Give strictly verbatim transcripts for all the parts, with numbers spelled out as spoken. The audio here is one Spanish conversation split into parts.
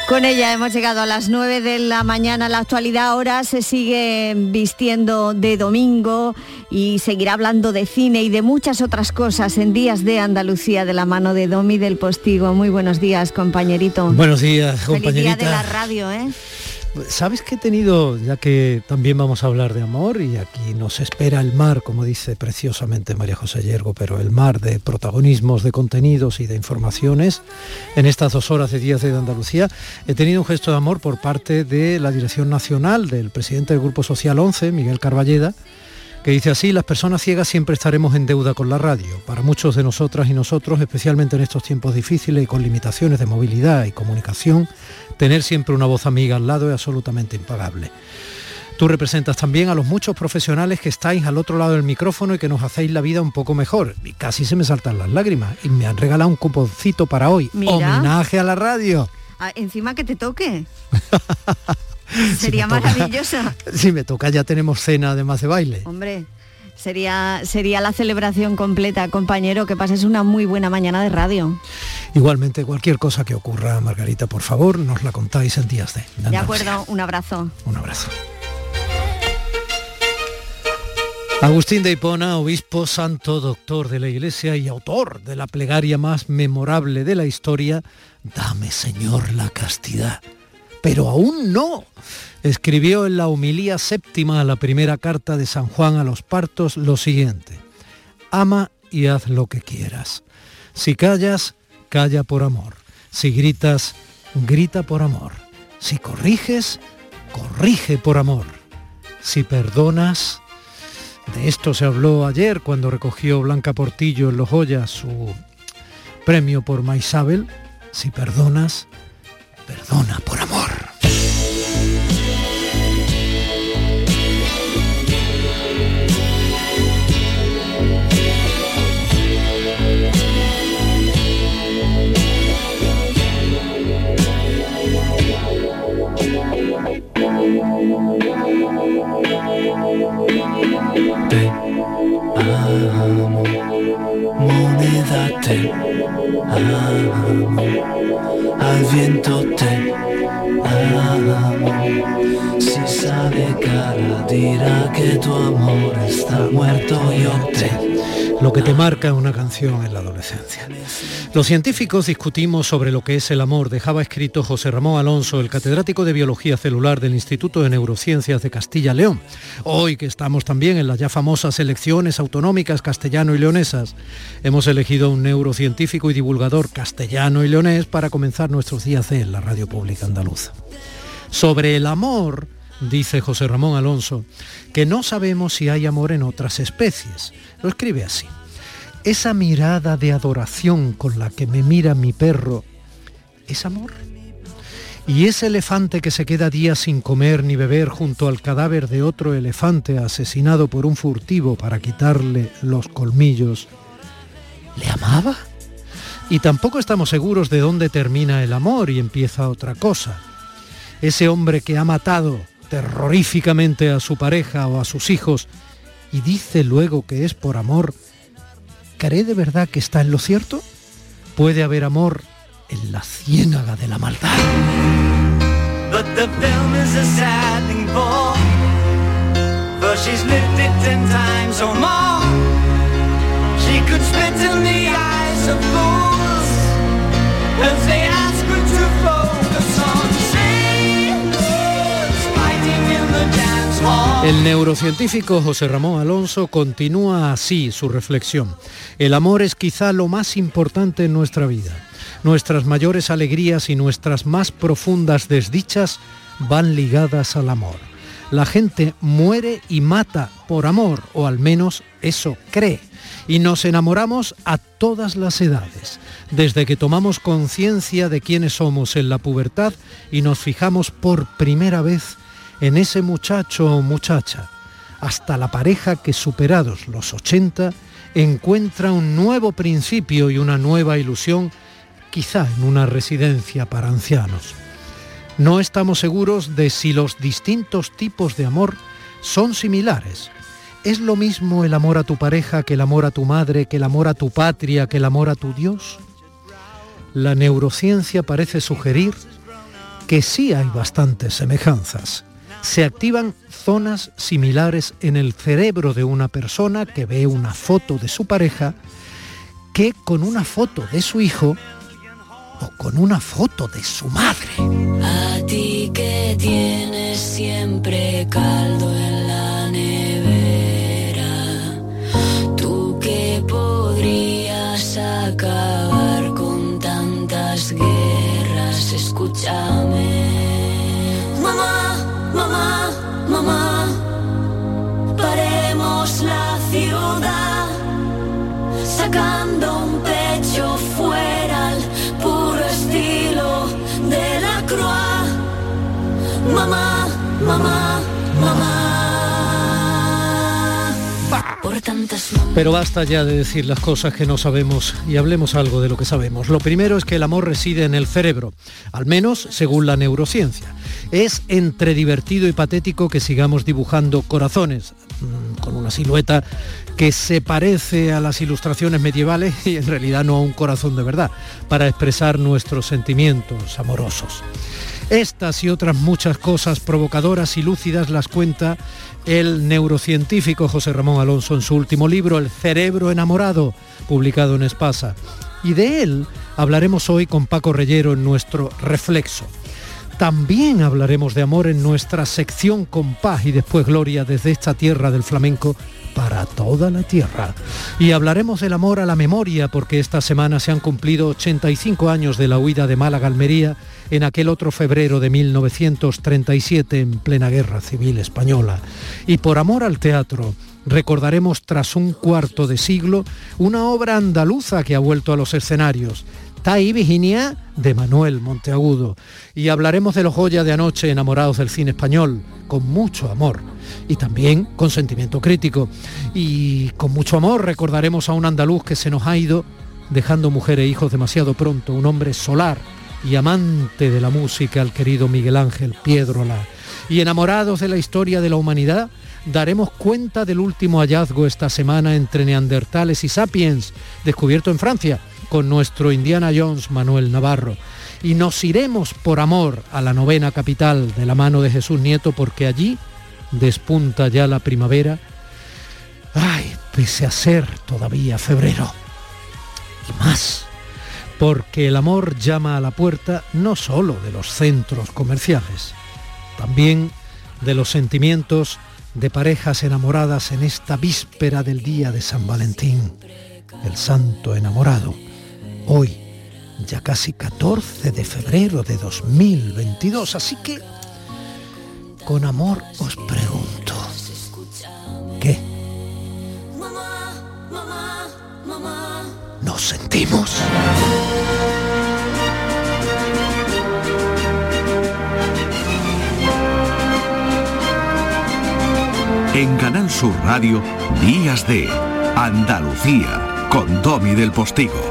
Con ella hemos llegado a las nueve de la mañana. La actualidad ahora se sigue vistiendo de domingo y seguirá hablando de cine y de muchas otras cosas en Días de Andalucía de la mano de Domi del Postigo. Muy buenos días, compañerito. Buenos días, compañerita. Feliz día de la radio, ¿eh? ¿Sabes qué he tenido, ya que también vamos a hablar de amor y aquí nos espera el mar, como dice preciosamente María José Yergo, pero el mar de protagonismos, de contenidos y de informaciones en estas dos horas de Días de Andalucía? He tenido un gesto de amor por parte de la Dirección Nacional del presidente del Grupo Social once, Miguel Carballeda, que dice así: las personas ciegas siempre estaremos en deuda con la radio. Para muchos de nosotras y nosotros, especialmente en estos tiempos difíciles y con limitaciones de movilidad y comunicación, tener siempre una voz amiga al lado es absolutamente impagable. Tú representas también a los muchos profesionales que estáis al otro lado del micrófono y que nos hacéis la vida un poco mejor. Y casi se me saltan las lágrimas. Y me han regalado un cuponcito para hoy. Mira. Homenaje a la radio. Ah, encima que te toque. Sería si maravilloso. Si me toca, ya tenemos cena además de baile. Hombre, sería, sería la celebración completa, compañero. Que pases una muy buena mañana de radio. Igualmente, cualquier cosa que ocurra, Margarita, por favor, nos la contáis en Días de Andalucía. De acuerdo, un abrazo. Un abrazo. Agustín de Hipona, obispo, santo, doctor de la Iglesia y autor de la plegaria más memorable de la historia, «Dame, Señor, la castidad». Pero aún no. Escribió en la homilía séptima a la primera carta de San Juan a los partos lo siguiente: ama y haz lo que quieras. Si callas, calla por amor. Si gritas, grita por amor. Si corriges, corrige por amor. Si perdonas... De esto se habló ayer cuando recogió Blanca Portillo en Los Goya su premio por Maisabel. Si perdonas, perdona por amor. Te amo, moneda te amo, al viento te amo, si sabe cara dirá que tu amor está muerto, yo te... Lo que te marca una canción en la adolescencia. Los científicos discutimos sobre lo que es el amor, dejaba escrito José Ramón Alonso, el catedrático de Biología Celular del Instituto de Neurociencias de Castilla-León. Hoy, que estamos también en las ya famosas elecciones autonómicas castellano y leonesas, hemos elegido un neurocientífico y divulgador castellano y leonés para comenzar nuestros días en la radio pública andaluza. Sobre el amor, dice José Ramón Alonso, que no sabemos si hay amor en otras especies. Lo escribe así: esa mirada de adoración con la que me mira mi perro, ¿es amor? Y ese elefante que se queda días sin comer ni beber junto al cadáver de otro elefante asesinado por un furtivo para quitarle los colmillos, ¿le amaba? Y tampoco estamos seguros de dónde termina el amor y empieza otra cosa. Ese hombre que ha matado terroríficamente a su pareja o a sus hijos y dice luego que es por amor, ¿cree de verdad que está en lo cierto? ¿Puede haber amor en la ciénaga de la maldad? But the film is a sad thing for, for she's lived it ten times or more. She could spit in the eyes of fools as they ask her to focus on sailors fighting in the dance hall. El neurocientífico José Ramón Alonso continúa así su reflexión. El amor es quizá lo más importante en nuestra vida. Nuestras mayores alegrías y nuestras más profundas desdichas van ligadas al amor. La gente muere y mata por amor, o al menos eso cree. Y nos enamoramos a todas las edades, desde que tomamos conciencia de quiénes somos en la pubertad y nos fijamos por primera vez en ese muchacho o muchacha, hasta la pareja que, superados los ochenta, encuentra un nuevo principio y una nueva ilusión, quizá en una residencia para ancianos. No estamos seguros de si los distintos tipos de amor son similares. ¿Es lo mismo el amor a tu pareja que el amor a tu madre, que el amor a tu patria, que el amor a tu Dios? La neurociencia parece sugerir que sí hay bastantes semejanzas. Se activan zonas similares en el cerebro de una persona que ve una foto de su pareja que con una foto de su hijo o con una foto de su madre. A ti que tienes siempre caldo en la nevera, tú que podrías acabar con tantas guerras, escúchame. Mamá, mamá, mamá, paremos la ciudad, sacando un pecho fuera al puro estilo de la Croix. Mamá, mamá, mamá. Por tantas mamás. Pero basta ya de decir las cosas que no sabemos y hablemos algo de lo que sabemos. Lo primero es que el amor reside en el cerebro, al menos según la neurociencia. Es entre divertido y patético que sigamos dibujando corazones mmm, con una silueta que se parece a las ilustraciones medievales y en realidad no a un corazón de verdad, para expresar nuestros sentimientos amorosos. Estas y otras muchas cosas provocadoras y lúcidas las cuenta el neurocientífico José Ramón Alonso en su último libro, El cerebro enamorado, publicado en Espasa. Y de él hablaremos hoy con Paco Reyero en nuestro Reflexo. También hablaremos de amor en nuestra sección Compás y después Gloria desde esta tierra del flamenco para toda la tierra. Y hablaremos del amor a la memoria porque esta semana se han cumplido ochenta y cinco años de la huida de Málaga a Almería en aquel otro febrero de mil novecientos treinta y siete en plena Guerra Civil Española. Y por amor al teatro recordaremos tras un cuarto de siglo una obra andaluza que ha vuelto a los escenarios. ¿Está ahí, Virginia?, de Manuel Monteagudo. Y hablaremos de los joyas de anoche, enamorados del cine español, con mucho amor. Y también con sentimiento crítico. Y con mucho amor recordaremos a un andaluz que se nos ha ido, dejando mujer e hijos demasiado pronto, un hombre solar y amante de la música, el querido Miguel Ángel Piedrola. Y enamorados de la historia de la humanidad, daremos cuenta del último hallazgo esta semana entre neandertales y sapiens, descubierto en Francia, con nuestro Indiana Jones Manuel Navarro. Y nos iremos por amor a la novena capital de la mano de Jesús Nieto, porque allí despunta ya la primavera, ay, pese a ser todavía febrero. Y más, porque el amor llama a la puerta no solo de los centros comerciales, también de los sentimientos de parejas enamoradas en esta víspera del día de San Valentín, el santo enamorado. Hoy, ya casi catorce de febrero de dos mil veintidós, así que con amor os pregunto, ¿qué? ¿Nos sentimos? En Canal Sur Radio, Días de Andalucía, con Domi del Postigo.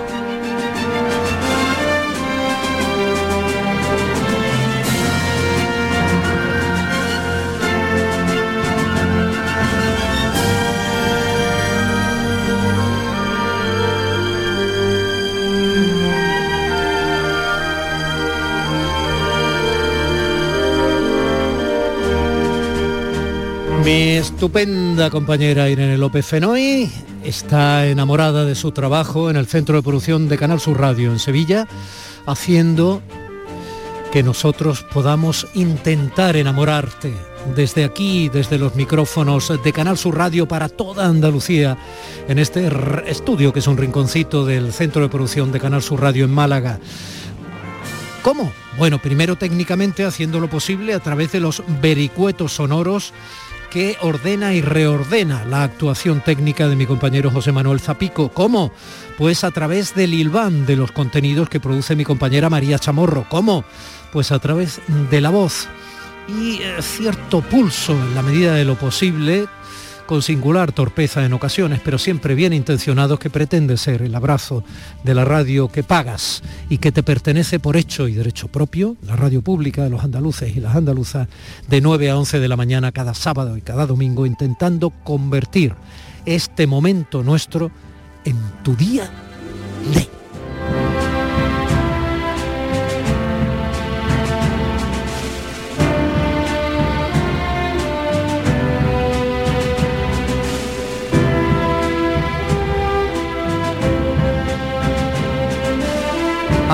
Mi estupenda compañera Irene López Fenoy está enamorada de su trabajo en el Centro de Producción de Canal Sur Radio en Sevilla, haciendo que nosotros podamos intentar enamorarte desde aquí, desde los micrófonos de Canal Sur Radio para toda Andalucía, en este estudio que es un rinconcito del Centro de Producción de Canal Sur Radio en Málaga. ¿Cómo? Bueno, primero técnicamente haciendo lo posible a través de los vericuetos sonoros que ordena y reordena la actuación técnica de mi compañero José Manuel Zapico. ¿Cómo? Pues a través del hilván de los contenidos que produce mi compañera María Chamorro. ¿Cómo? Pues a través de la voz y eh, cierto pulso en la medida de lo posible, con singular torpeza en ocasiones, pero siempre bien intencionados, que pretende ser el abrazo de la radio que pagas y que te pertenece por hecho y derecho propio, la radio pública de los andaluces y las andaluzas, de nueve a once de la mañana cada sábado y cada domingo, intentando convertir este momento nuestro en tu día de...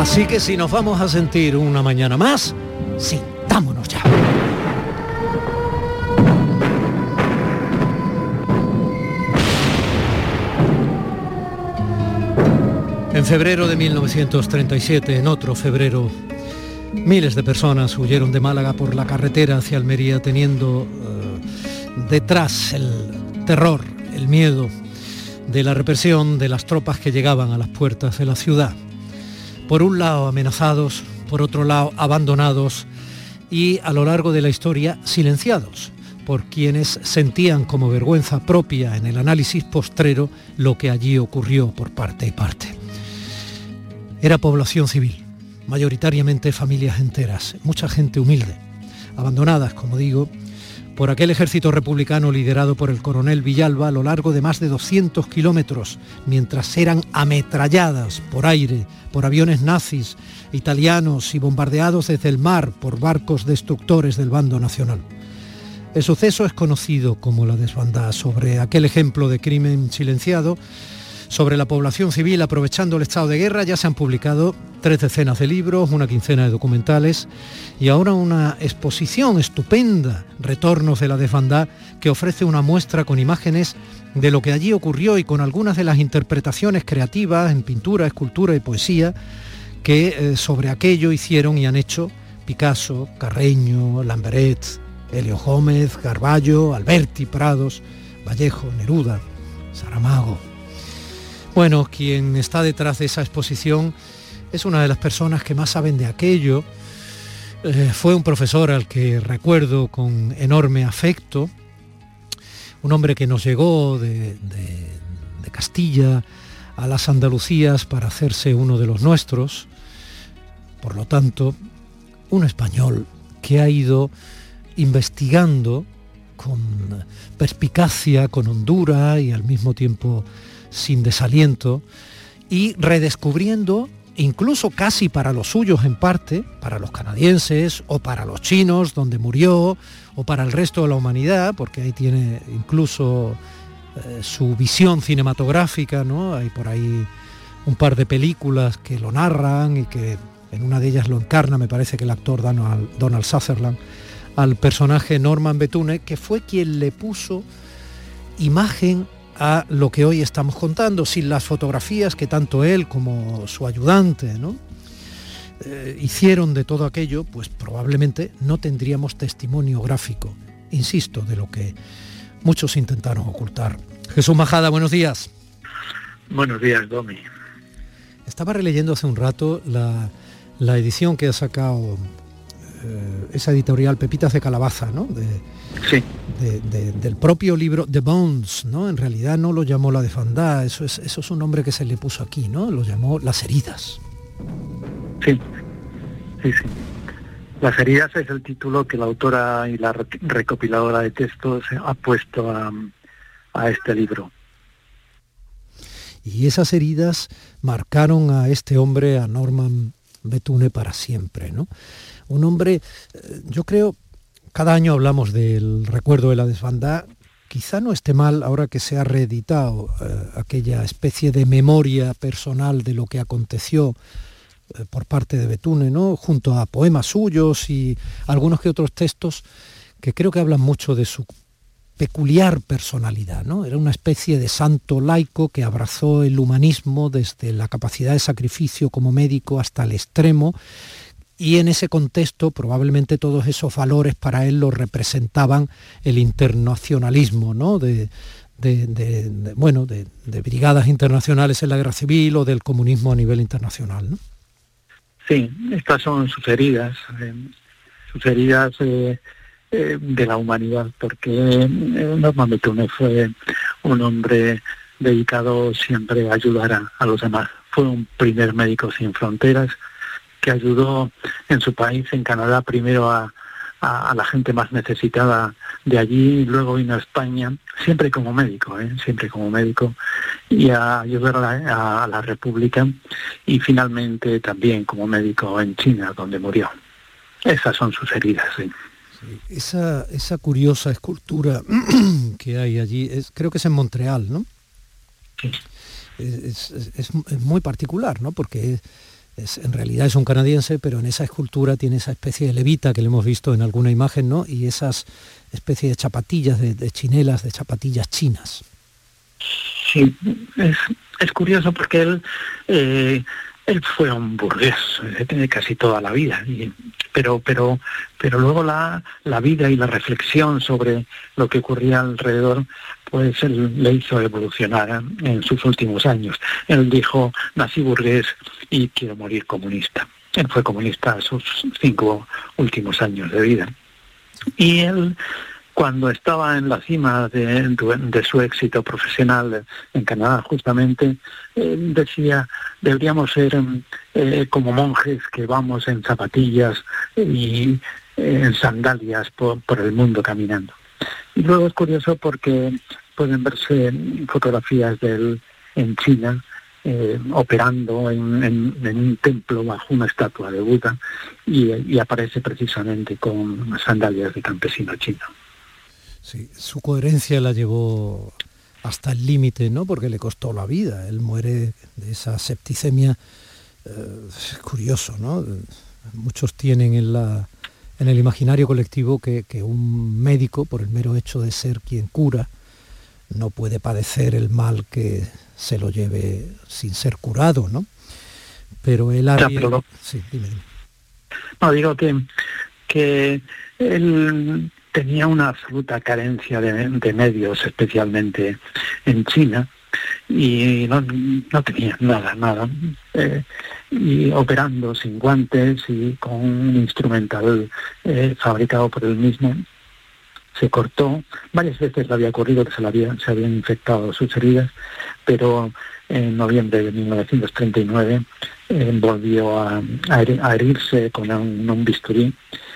Así que si nos vamos a sentir una mañana más, sintámonos ya. En febrero de mil novecientos treinta y siete, en otro febrero, miles de personas huyeron de Málaga por la carretera hacia Almería, teniendo uh, detrás el terror, el miedo de la represión de las tropas que llegaban a las puertas de la ciudad. Por un lado amenazados, por otro lado abandonados y a lo largo de la historia silenciados por quienes sentían como vergüenza propia en el análisis postrero lo que allí ocurrió por parte y parte. Era población civil, mayoritariamente familias enteras, mucha gente humilde, abandonadas, como digo, por aquel ejército republicano liderado por el coronel Villalba a lo largo de más de doscientos kilómetros, mientras eran ametralladas por aire, por aviones nazis, italianos y bombardeados desde el mar por barcos destructores del bando nacional. El suceso es conocido como la desbandada. Sobre aquel ejemplo de crimen silenciado, sobre la población civil aprovechando el estado de guerra, ya se han publicado tres decenas de libros, una quincena de documentales y ahora una exposición estupenda, Retornos de la desbandada, que ofrece una muestra con imágenes de lo que allí ocurrió y con algunas de las interpretaciones creativas en pintura, escultura y poesía que eh, sobre aquello hicieron y han hecho Picasso, Carreño, Lamberet, Helio Gómez, Carballo, Alberti, Prados, Vallejo, Neruda, Saramago. Bueno, quien está detrás de esa exposición es una de las personas que más saben de aquello. Eh, fue un profesor al que recuerdo con enorme afecto, un hombre que nos llegó de, de, de Castilla a las Andalucías para hacerse uno de los nuestros. Por lo tanto, un español que ha ido investigando con perspicacia, con hondura y al mismo tiempo sin desaliento, y redescubriendo, incluso casi para los suyos en parte, para los canadienses o para los chinos donde murió, o para el resto de la humanidad, porque ahí tiene incluso eh, su visión cinematográfica, ¿no? Hay por ahí un par de películas que lo narran y que en una de ellas lo encarna, me parece que el actor Donald, Donald Sutherland, al personaje Norman Bethune, que fue quien le puso imagen a lo que hoy estamos contando. Sin las fotografías que tanto él como su ayudante, ¿no? eh, hicieron de todo aquello, pues probablemente no tendríamos testimonio gráfico, insisto, de lo que muchos intentaron ocultar. Jesús Majada, buenos días. Buenos días, Domi. Estaba releyendo hace un rato la, la edición que ha sacado eh, esa editorial Pepitas de Calabaza, ¿no? De, sí. De, de, del propio libro The Bones, ¿no? En realidad no lo llamó La desbandada, eso es, eso es un nombre que se le puso aquí, ¿no? Lo llamó Las heridas. Sí, sí, sí. Las heridas es el título que la autora y la recopiladora de textos ha puesto a, a este libro. Y esas heridas marcaron a este hombre, a Norman Bethune, para siempre, ¿no? Un hombre, yo creo, cada año hablamos del recuerdo de la desbandada, quizá no esté mal ahora que se ha reeditado eh, aquella especie de memoria personal de lo que aconteció eh, por parte de Bethune, ¿no? Junto a poemas suyos y algunos que otros textos que creo que hablan mucho de su peculiar personalidad, ¿no? Era una especie de santo laico que abrazó el humanismo desde la capacidad de sacrificio como médico hasta el extremo, y en ese contexto probablemente todos esos valores para él los representaban el internacionalismo, ¿no? de, de, de, de, bueno, de, de brigadas internacionales en la guerra civil o del comunismo a nivel internacional, ¿no? Sí, estas son sus heridas, eh, sus heridas eh, eh, de la humanidad, porque eh, Norman Bethune fue un hombre dedicado siempre a ayudar a, a los demás. Fue un primer médico sin fronteras que ayudó en su país, en Canadá, primero a, a, a la gente más necesitada de allí, y luego vino a España, siempre como médico, ¿eh? siempre como médico, y a ayudar a la, a la República, y finalmente también como médico en China, donde murió. Esas son sus heridas, sí. Sí, esa, esa curiosa escultura que hay allí, es, creo que es en Montreal, ¿no? Sí. Es, es, es, es muy particular, ¿no? Porque es, en realidad es un canadiense, pero en esa escultura tiene esa especie de levita que le hemos visto en alguna imagen, ¿no? Y esas especies de chapatillas, de, de chinelas, de chapatillas chinas. Sí, es, es curioso porque él eh, él fue un burgués eh, casi toda la vida, y, pero pero pero luego la, la vida y la reflexión sobre lo que ocurría alrededor, pues él le hizo evolucionar en sus últimos años. Él dijo, nací burgués y quiero morir comunista. Él fue comunista a sus cinco últimos años de vida. Y él, cuando estaba en la cima de, de su éxito profesional en Canadá, justamente, eh, decía, deberíamos ser eh, como monjes que vamos en zapatillas y eh, en sandalias por, por el mundo caminando. Y luego es curioso porque pueden verse fotografías de él en China, eh, operando en, en, en un templo bajo una estatua de Buda, y, y aparece precisamente con sandalias de campesino chino. Sí, su coherencia la llevó hasta el límite, ¿no? Porque le costó la vida. Él muere de esa septicemia. Eh, es curioso, ¿no? Muchos tienen en la en el imaginario colectivo que, que un médico, por el mero hecho de ser quien cura, no puede padecer el mal que se lo lleve sin ser curado, ¿no? Pero él había... Ya, pero... Sí, dime, dime. No, digo que, que él tenía una absoluta carencia de, de medios, especialmente en China, y no, no tenía nada, nada. Eh, y operando sin guantes y con un instrumental eh, fabricado por él mismo, se cortó. Varias veces le había ocurrido que se, le había, se habían infectado sus heridas, pero en noviembre de mil novecientos treinta y nueve eh, volvió a, a herirse con un, un bisturí,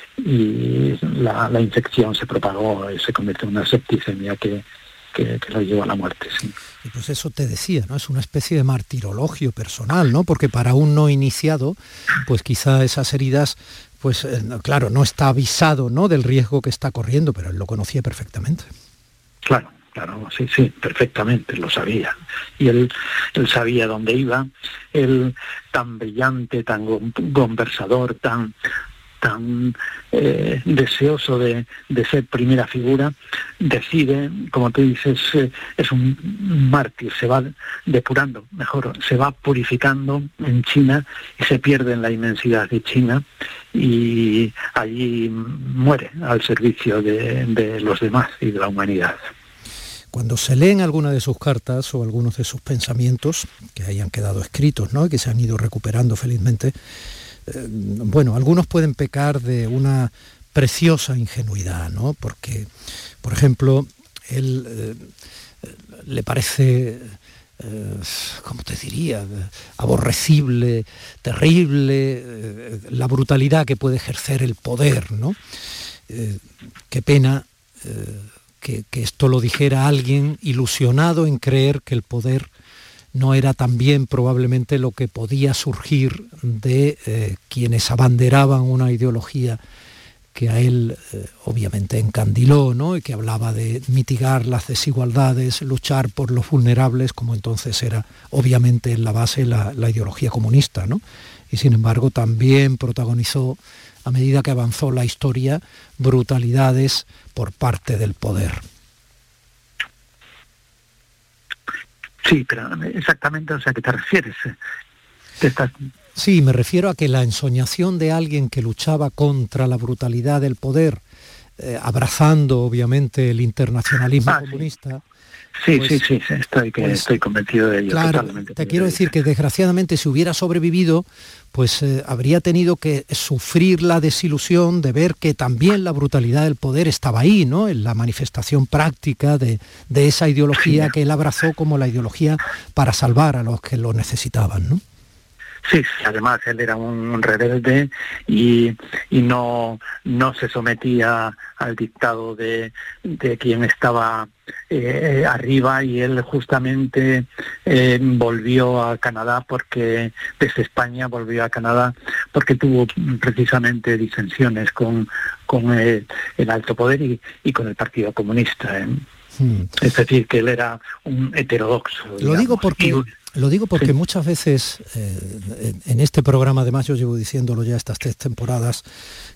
y la, la infección se propagó y se convirtió en una septicemia que, que, que lo llevó a la muerte, sí. Y pues eso te decía, ¿no? Es una especie de martirologio personal, ¿no? Porque para un no iniciado, pues quizá esas heridas, pues eh, claro, no está avisado, ¿no?, del riesgo que está corriendo, pero él lo conocía perfectamente. Claro, claro, sí, sí, perfectamente, lo sabía. Y él, él sabía dónde iba. Él, tan brillante, tan conversador, tan... tan eh, deseoso de, de ser primera figura, decide, como tú dices, eh, es un mártir, se va depurando, mejor, se va purificando en China y se pierde en la inmensidad de China, y allí muere al servicio de, de los demás y de la humanidad. Cuando se leen alguna de sus cartas o algunos de sus pensamientos, que hayan quedado escritos, ¿no?, y que se han ido recuperando felizmente, Eh, bueno, algunos pueden pecar de una preciosa ingenuidad, ¿no? Porque, por ejemplo, él eh, le parece, eh, ¿cómo te diría?, aborrecible, terrible, eh, la brutalidad que puede ejercer el poder, ¿no? Eh, qué pena eh, que, que esto lo dijera alguien ilusionado en creer que el poder no era también probablemente lo que podía surgir de eh, quienes abanderaban una ideología que a él eh, obviamente encandiló, ¿no?, y que hablaba de mitigar las desigualdades, luchar por los vulnerables, como entonces era obviamente en la base la, la ideología comunista, ¿no? Y sin embargo también protagonizó, a medida que avanzó la historia, brutalidades por parte del poder. Sí, pero exactamente, o sea, ¿a qué te refieres? ¿Te estás... Sí, me refiero a que la ensoñación de alguien que luchaba contra la brutalidad del poder, eh, abrazando obviamente el internacionalismo ah, comunista... Sí, pues, sí, sí, sí, estoy, que pues, estoy convencido de ello. Claro, totalmente. Te quiero decir que desgraciadamente si hubiera sobrevivido, pues eh, habría tenido que sufrir la desilusión de ver que también la brutalidad del poder estaba ahí, ¿no?, en la manifestación práctica de, de esa ideología, sí, que él abrazó como la ideología para salvar a los que lo necesitaban, ¿no? Sí, sí, además él era un rebelde y, y no, no se sometía al dictado de, de quien estaba eh, arriba, y él justamente eh, volvió a Canadá porque, desde España volvió a Canadá porque tuvo precisamente disensiones con, con el, el alto poder y, y con el Partido Comunista, ¿eh? Hmm. Es decir, que él era un heterodoxo. Lo digo porque, Lo digo porque sí. muchas veces eh, en, en este programa, además yo llevo diciéndolo ya estas tres temporadas,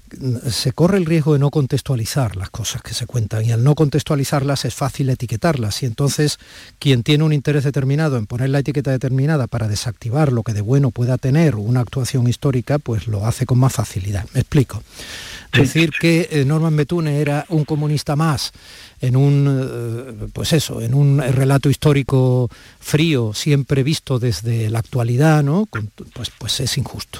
se corre el riesgo de no contextualizar las cosas que se cuentan, y al no contextualizarlas es fácil etiquetarlas, y entonces quien tiene un interés determinado en poner la etiqueta determinada para desactivar lo que de bueno pueda tener una actuación histórica, pues lo hace con más facilidad. Me explico. Sí. Decir que eh, Norman Bethune era un comunista más en un, eh, pues eso, en un relato histórico frío, siempre visto desde la actualidad, ¿no? Con, pues, pues es injusto.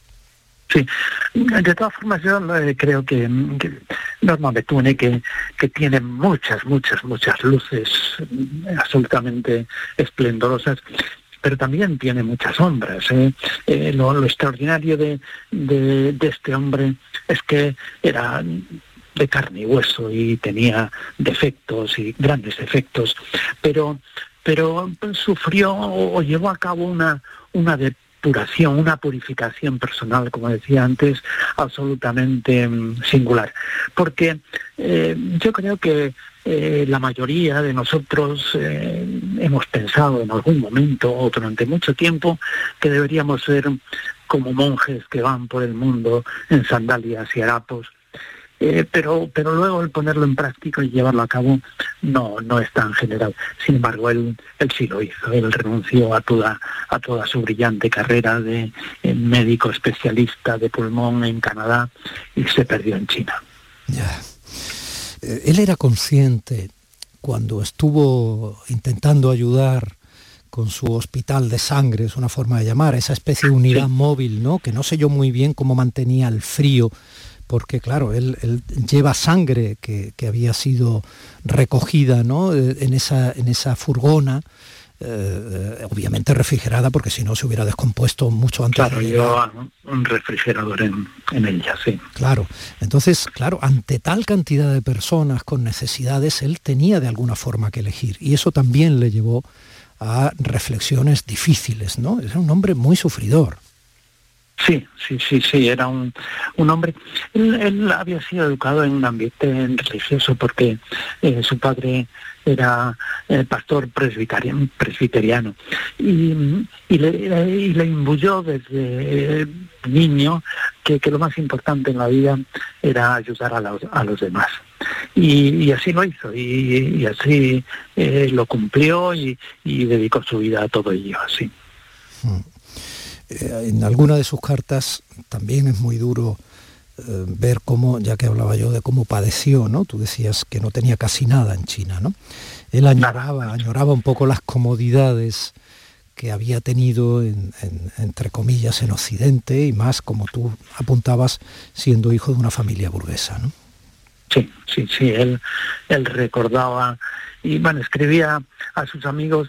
Sí, de todas formas yo eh, creo que, que Norman Bethune, que, que tiene muchas, muchas, muchas luces eh, absolutamente esplendorosas, pero también tiene muchas sombras. ¿eh? Eh, lo, lo extraordinario de, de, de este hombre es que era de carne y hueso y tenía defectos y grandes defectos, pero, pero sufrió o, o llevó a cabo una, una de puración, una purificación personal, como decía antes, absolutamente um, singular. Porque eh, yo creo que eh, la mayoría de nosotros eh, hemos pensado en algún momento o durante mucho tiempo que deberíamos ser como monjes que van por el mundo en sandalias y harapos. Eh, pero pero luego el ponerlo en práctica y llevarlo a cabo no no es tan general. Sin embargo, él él sí lo hizo. Él renunció a toda a toda su brillante carrera de eh, médico especialista de pulmón en Canadá y se perdió en China. Ya. Eh, él era consciente cuando estuvo intentando ayudar con su hospital de sangre, es una forma de llamar, esa especie de unidad sí. móvil, ¿no? Que no sé yo muy bien cómo mantenía el frío, porque claro, él, él lleva sangre que, que había sido recogida, ¿no? en, esa, en esa furgona, eh, obviamente refrigerada, porque si no se hubiera descompuesto mucho antes. Claro, de llegar. llevaba un refrigerador en, en ella, sí. Claro, entonces, claro, ante tal cantidad de personas con necesidades, él tenía de alguna forma que elegir, y eso también le llevó a reflexiones difíciles, ¿no? Era un hombre muy sufridor. Sí, sí, sí, sí, era un, un hombre. Él, él había sido educado en un ambiente religioso porque eh, su padre era eh, pastor presbiteriano, presbiteriano y, y, le, y le imbuyó desde eh, niño que, que lo más importante en la vida era ayudar a los, a los demás. Y, y así lo hizo, y, y así eh, lo cumplió y, y dedicó su vida a todo ello, así. Hmm. En alguna de sus cartas también es muy duro eh, ver cómo, ya que hablaba yo de cómo padeció, ¿no? Tú decías que no tenía casi nada en China, ¿no? Él añoraba, añoraba un poco las comodidades que había tenido, en, en, entre comillas, en Occidente, y más, como tú apuntabas, siendo hijo de una familia burguesa, ¿no? Sí, sí, sí, él, él recordaba, y bueno, escribía a sus amigos,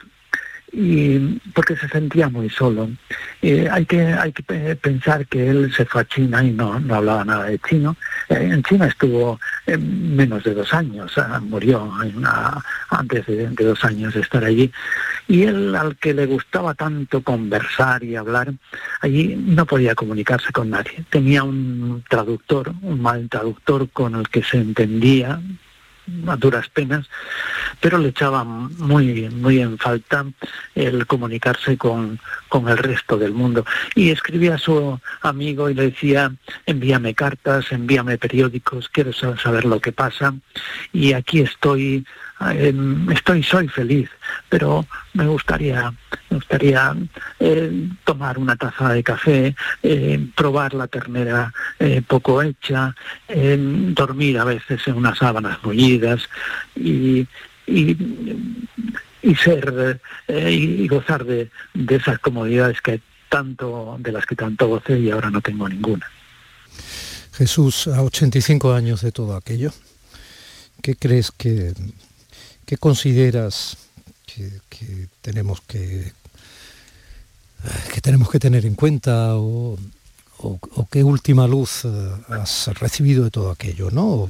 y porque se sentía muy solo. Eh, hay que hay que pensar que él se fue a China y no, no hablaba nada de chino. Eh, en China estuvo eh, menos de dos años, eh, murió en una, antes de, de dos años de estar allí. Y él, al que le gustaba tanto conversar y hablar, allí no podía comunicarse con nadie. Tenía un traductor, un mal traductor con el que se entendía a duras penas, pero le echaba muy muy en falta el comunicarse con, con el resto del mundo. Y escribía a su amigo y le decía: envíame cartas, envíame periódicos, quiero saber lo que pasa, y aquí estoy, eh, estoy, soy feliz, pero me gustaría, me gustaría eh, tomar una taza de café, eh, probar la ternera eh, poco hecha, eh, dormir a veces en unas sábanas mullidas y, y, y ser eh, y gozar de, de esas comodidades que tanto, de las que tanto gocé y ahora no tengo ninguna. Jesús, a ochenta y cinco años de todo aquello, ¿qué crees que, qué consideras que, que tenemos que que tenemos que tener en cuenta, o, o, o qué última luz has recibido de todo aquello, ¿no?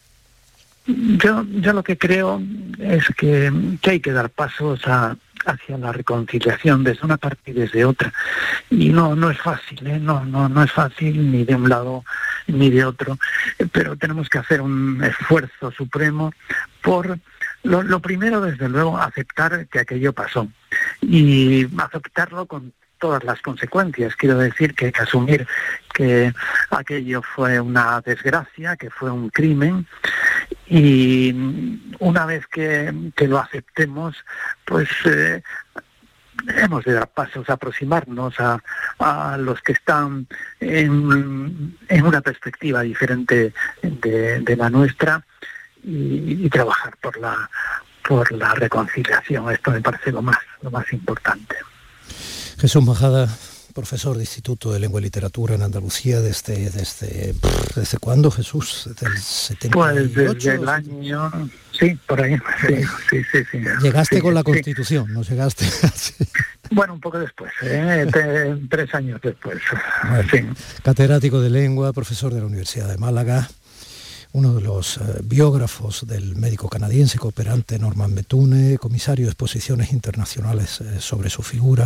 Yo, yo lo que creo es que, que hay que dar pasos a, hacia la reconciliación desde una parte y desde otra, y no no es fácil, ¿eh? no no no es fácil ni de un lado ni de otro, pero tenemos que hacer un esfuerzo supremo por lo, lo primero, desde luego, aceptar que aquello pasó y aceptarlo con todas las consecuencias. Quiero decir que hay que asumir que aquello fue una desgracia, que fue un crimen, y una vez que, que lo aceptemos, pues eh, hemos de dar pasos, aproximarnos a, a los que están en, en una perspectiva diferente de, de la nuestra, y, y trabajar por la por la reconciliación. Esto me parece lo más lo más importante. Jesús Majada, profesor de Instituto de Lengua y Literatura en Andalucía, desde desde ¿desde cuándo, Jesús? ¿Desde el setenta y ocho? Pues desde el año... Sí, por ahí. Sí, sí, sí, sí. Llegaste sí, con la sí. Constitución, ¿no llegaste? Sí. Bueno, un poco después, ¿eh? Te, tres años después. Bueno, sí. Catedrático de Lengua, profesor de la Universidad de Málaga, uno de los eh, biógrafos del médico canadiense cooperante Norman Bethune, comisario de exposiciones internacionales eh, sobre su figura,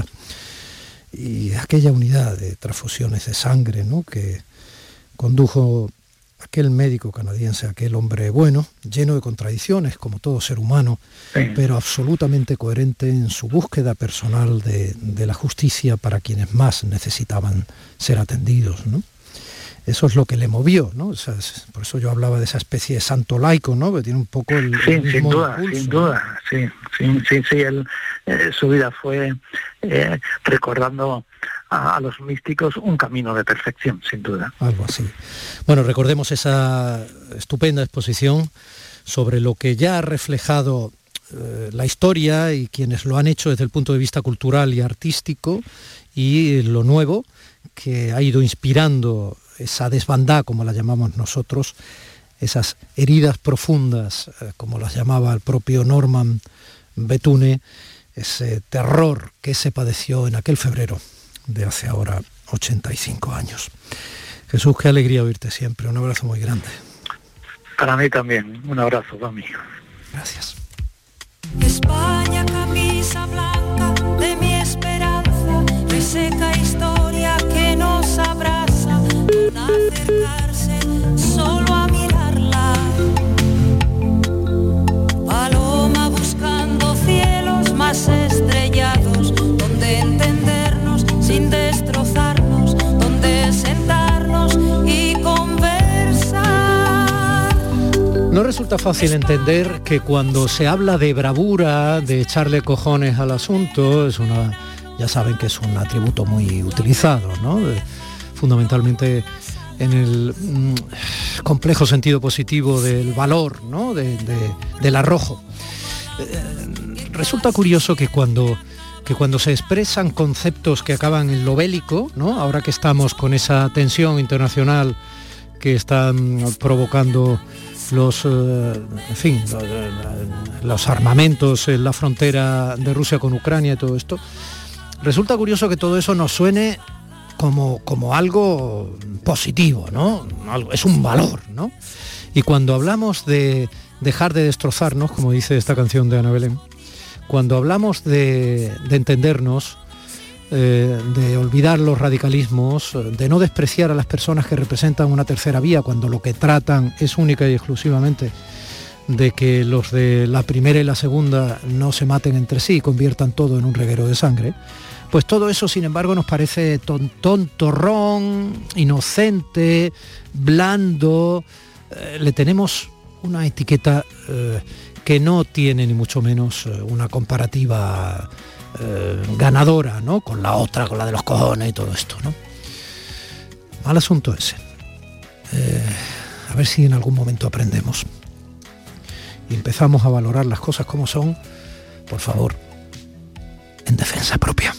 y aquella unidad de transfusiones de sangre, ¿no?, que condujo aquel médico canadiense, aquel hombre bueno, lleno de contradicciones como todo ser humano, sí, pero absolutamente coherente en su búsqueda personal de, de la justicia para quienes más necesitaban ser atendidos, ¿no? Eso es lo que le movió, ¿no? O sea, por eso yo hablaba de esa especie de santo laico, ¿no? Que tiene un poco el, sí, el mismo sin duda, impulso, sin ¿no? duda, sí, sí, sí, sí. Él, eh, su vida fue eh, recordando a, a los místicos un camino de perfección, sin duda. Algo así. Bueno, recordemos esa estupenda exposición sobre lo que ya ha reflejado eh, la historia y quienes lo han hecho desde el punto de vista cultural y artístico, y lo nuevo que ha ido inspirando esa desbandada, como la llamamos nosotros, esas heridas profundas, eh, como las llamaba el propio Norman Bethune, ese terror que se padeció en aquel febrero de hace ahora ochenta y cinco años. Jesús, qué alegría oírte siempre, un abrazo muy grande. Para mí también, un abrazo, Domi. Gracias. España, camisa blanca de mi esperanza, reseca historia que nos abraza, con acercarse solo a mirarla. Paloma buscando cielos más estrellados, donde entendernos sin destrozarnos, donde sentarnos y conversar. No resulta fácil entender que cuando se habla de bravura, de echarle cojones al asunto, es una, ya saben que es un atributo muy utilizado, ¿no? De, fundamentalmente en el mm, complejo sentido positivo del valor, ¿no? de, de, del arrojo. Eh, resulta curioso que cuando, que cuando se expresan conceptos que acaban en lo bélico, ¿no?, ahora que estamos con esa tensión internacional que están provocando los, eh, en fin, los, los armamentos en la frontera de Rusia con Ucrania y todo esto, resulta curioso que todo eso nos suene como, como algo positivo, ¿no? Algo, es un valor, ¿no? Y cuando hablamos de dejar de destrozarnos, como dice esta canción de Ana Belén, cuando hablamos de, de entendernos, eh, de olvidar los radicalismos, de no despreciar a las personas que representan una tercera vía, cuando lo que tratan es única y exclusivamente de que los de la primera y la segunda no se maten entre sí y conviertan todo en un reguero de sangre, pues todo eso, sin embargo, nos parece tontón, torrón, inocente, blando. Eh, le tenemos una etiqueta eh, que no tiene ni mucho menos eh, una comparativa eh, ganadora, ¿no?, con la otra, con la de los cojones y todo esto, ¿no? Mal asunto ese. Eh, a ver si en algún momento aprendemos y empezamos a valorar las cosas como son, por favor, en defensa propia.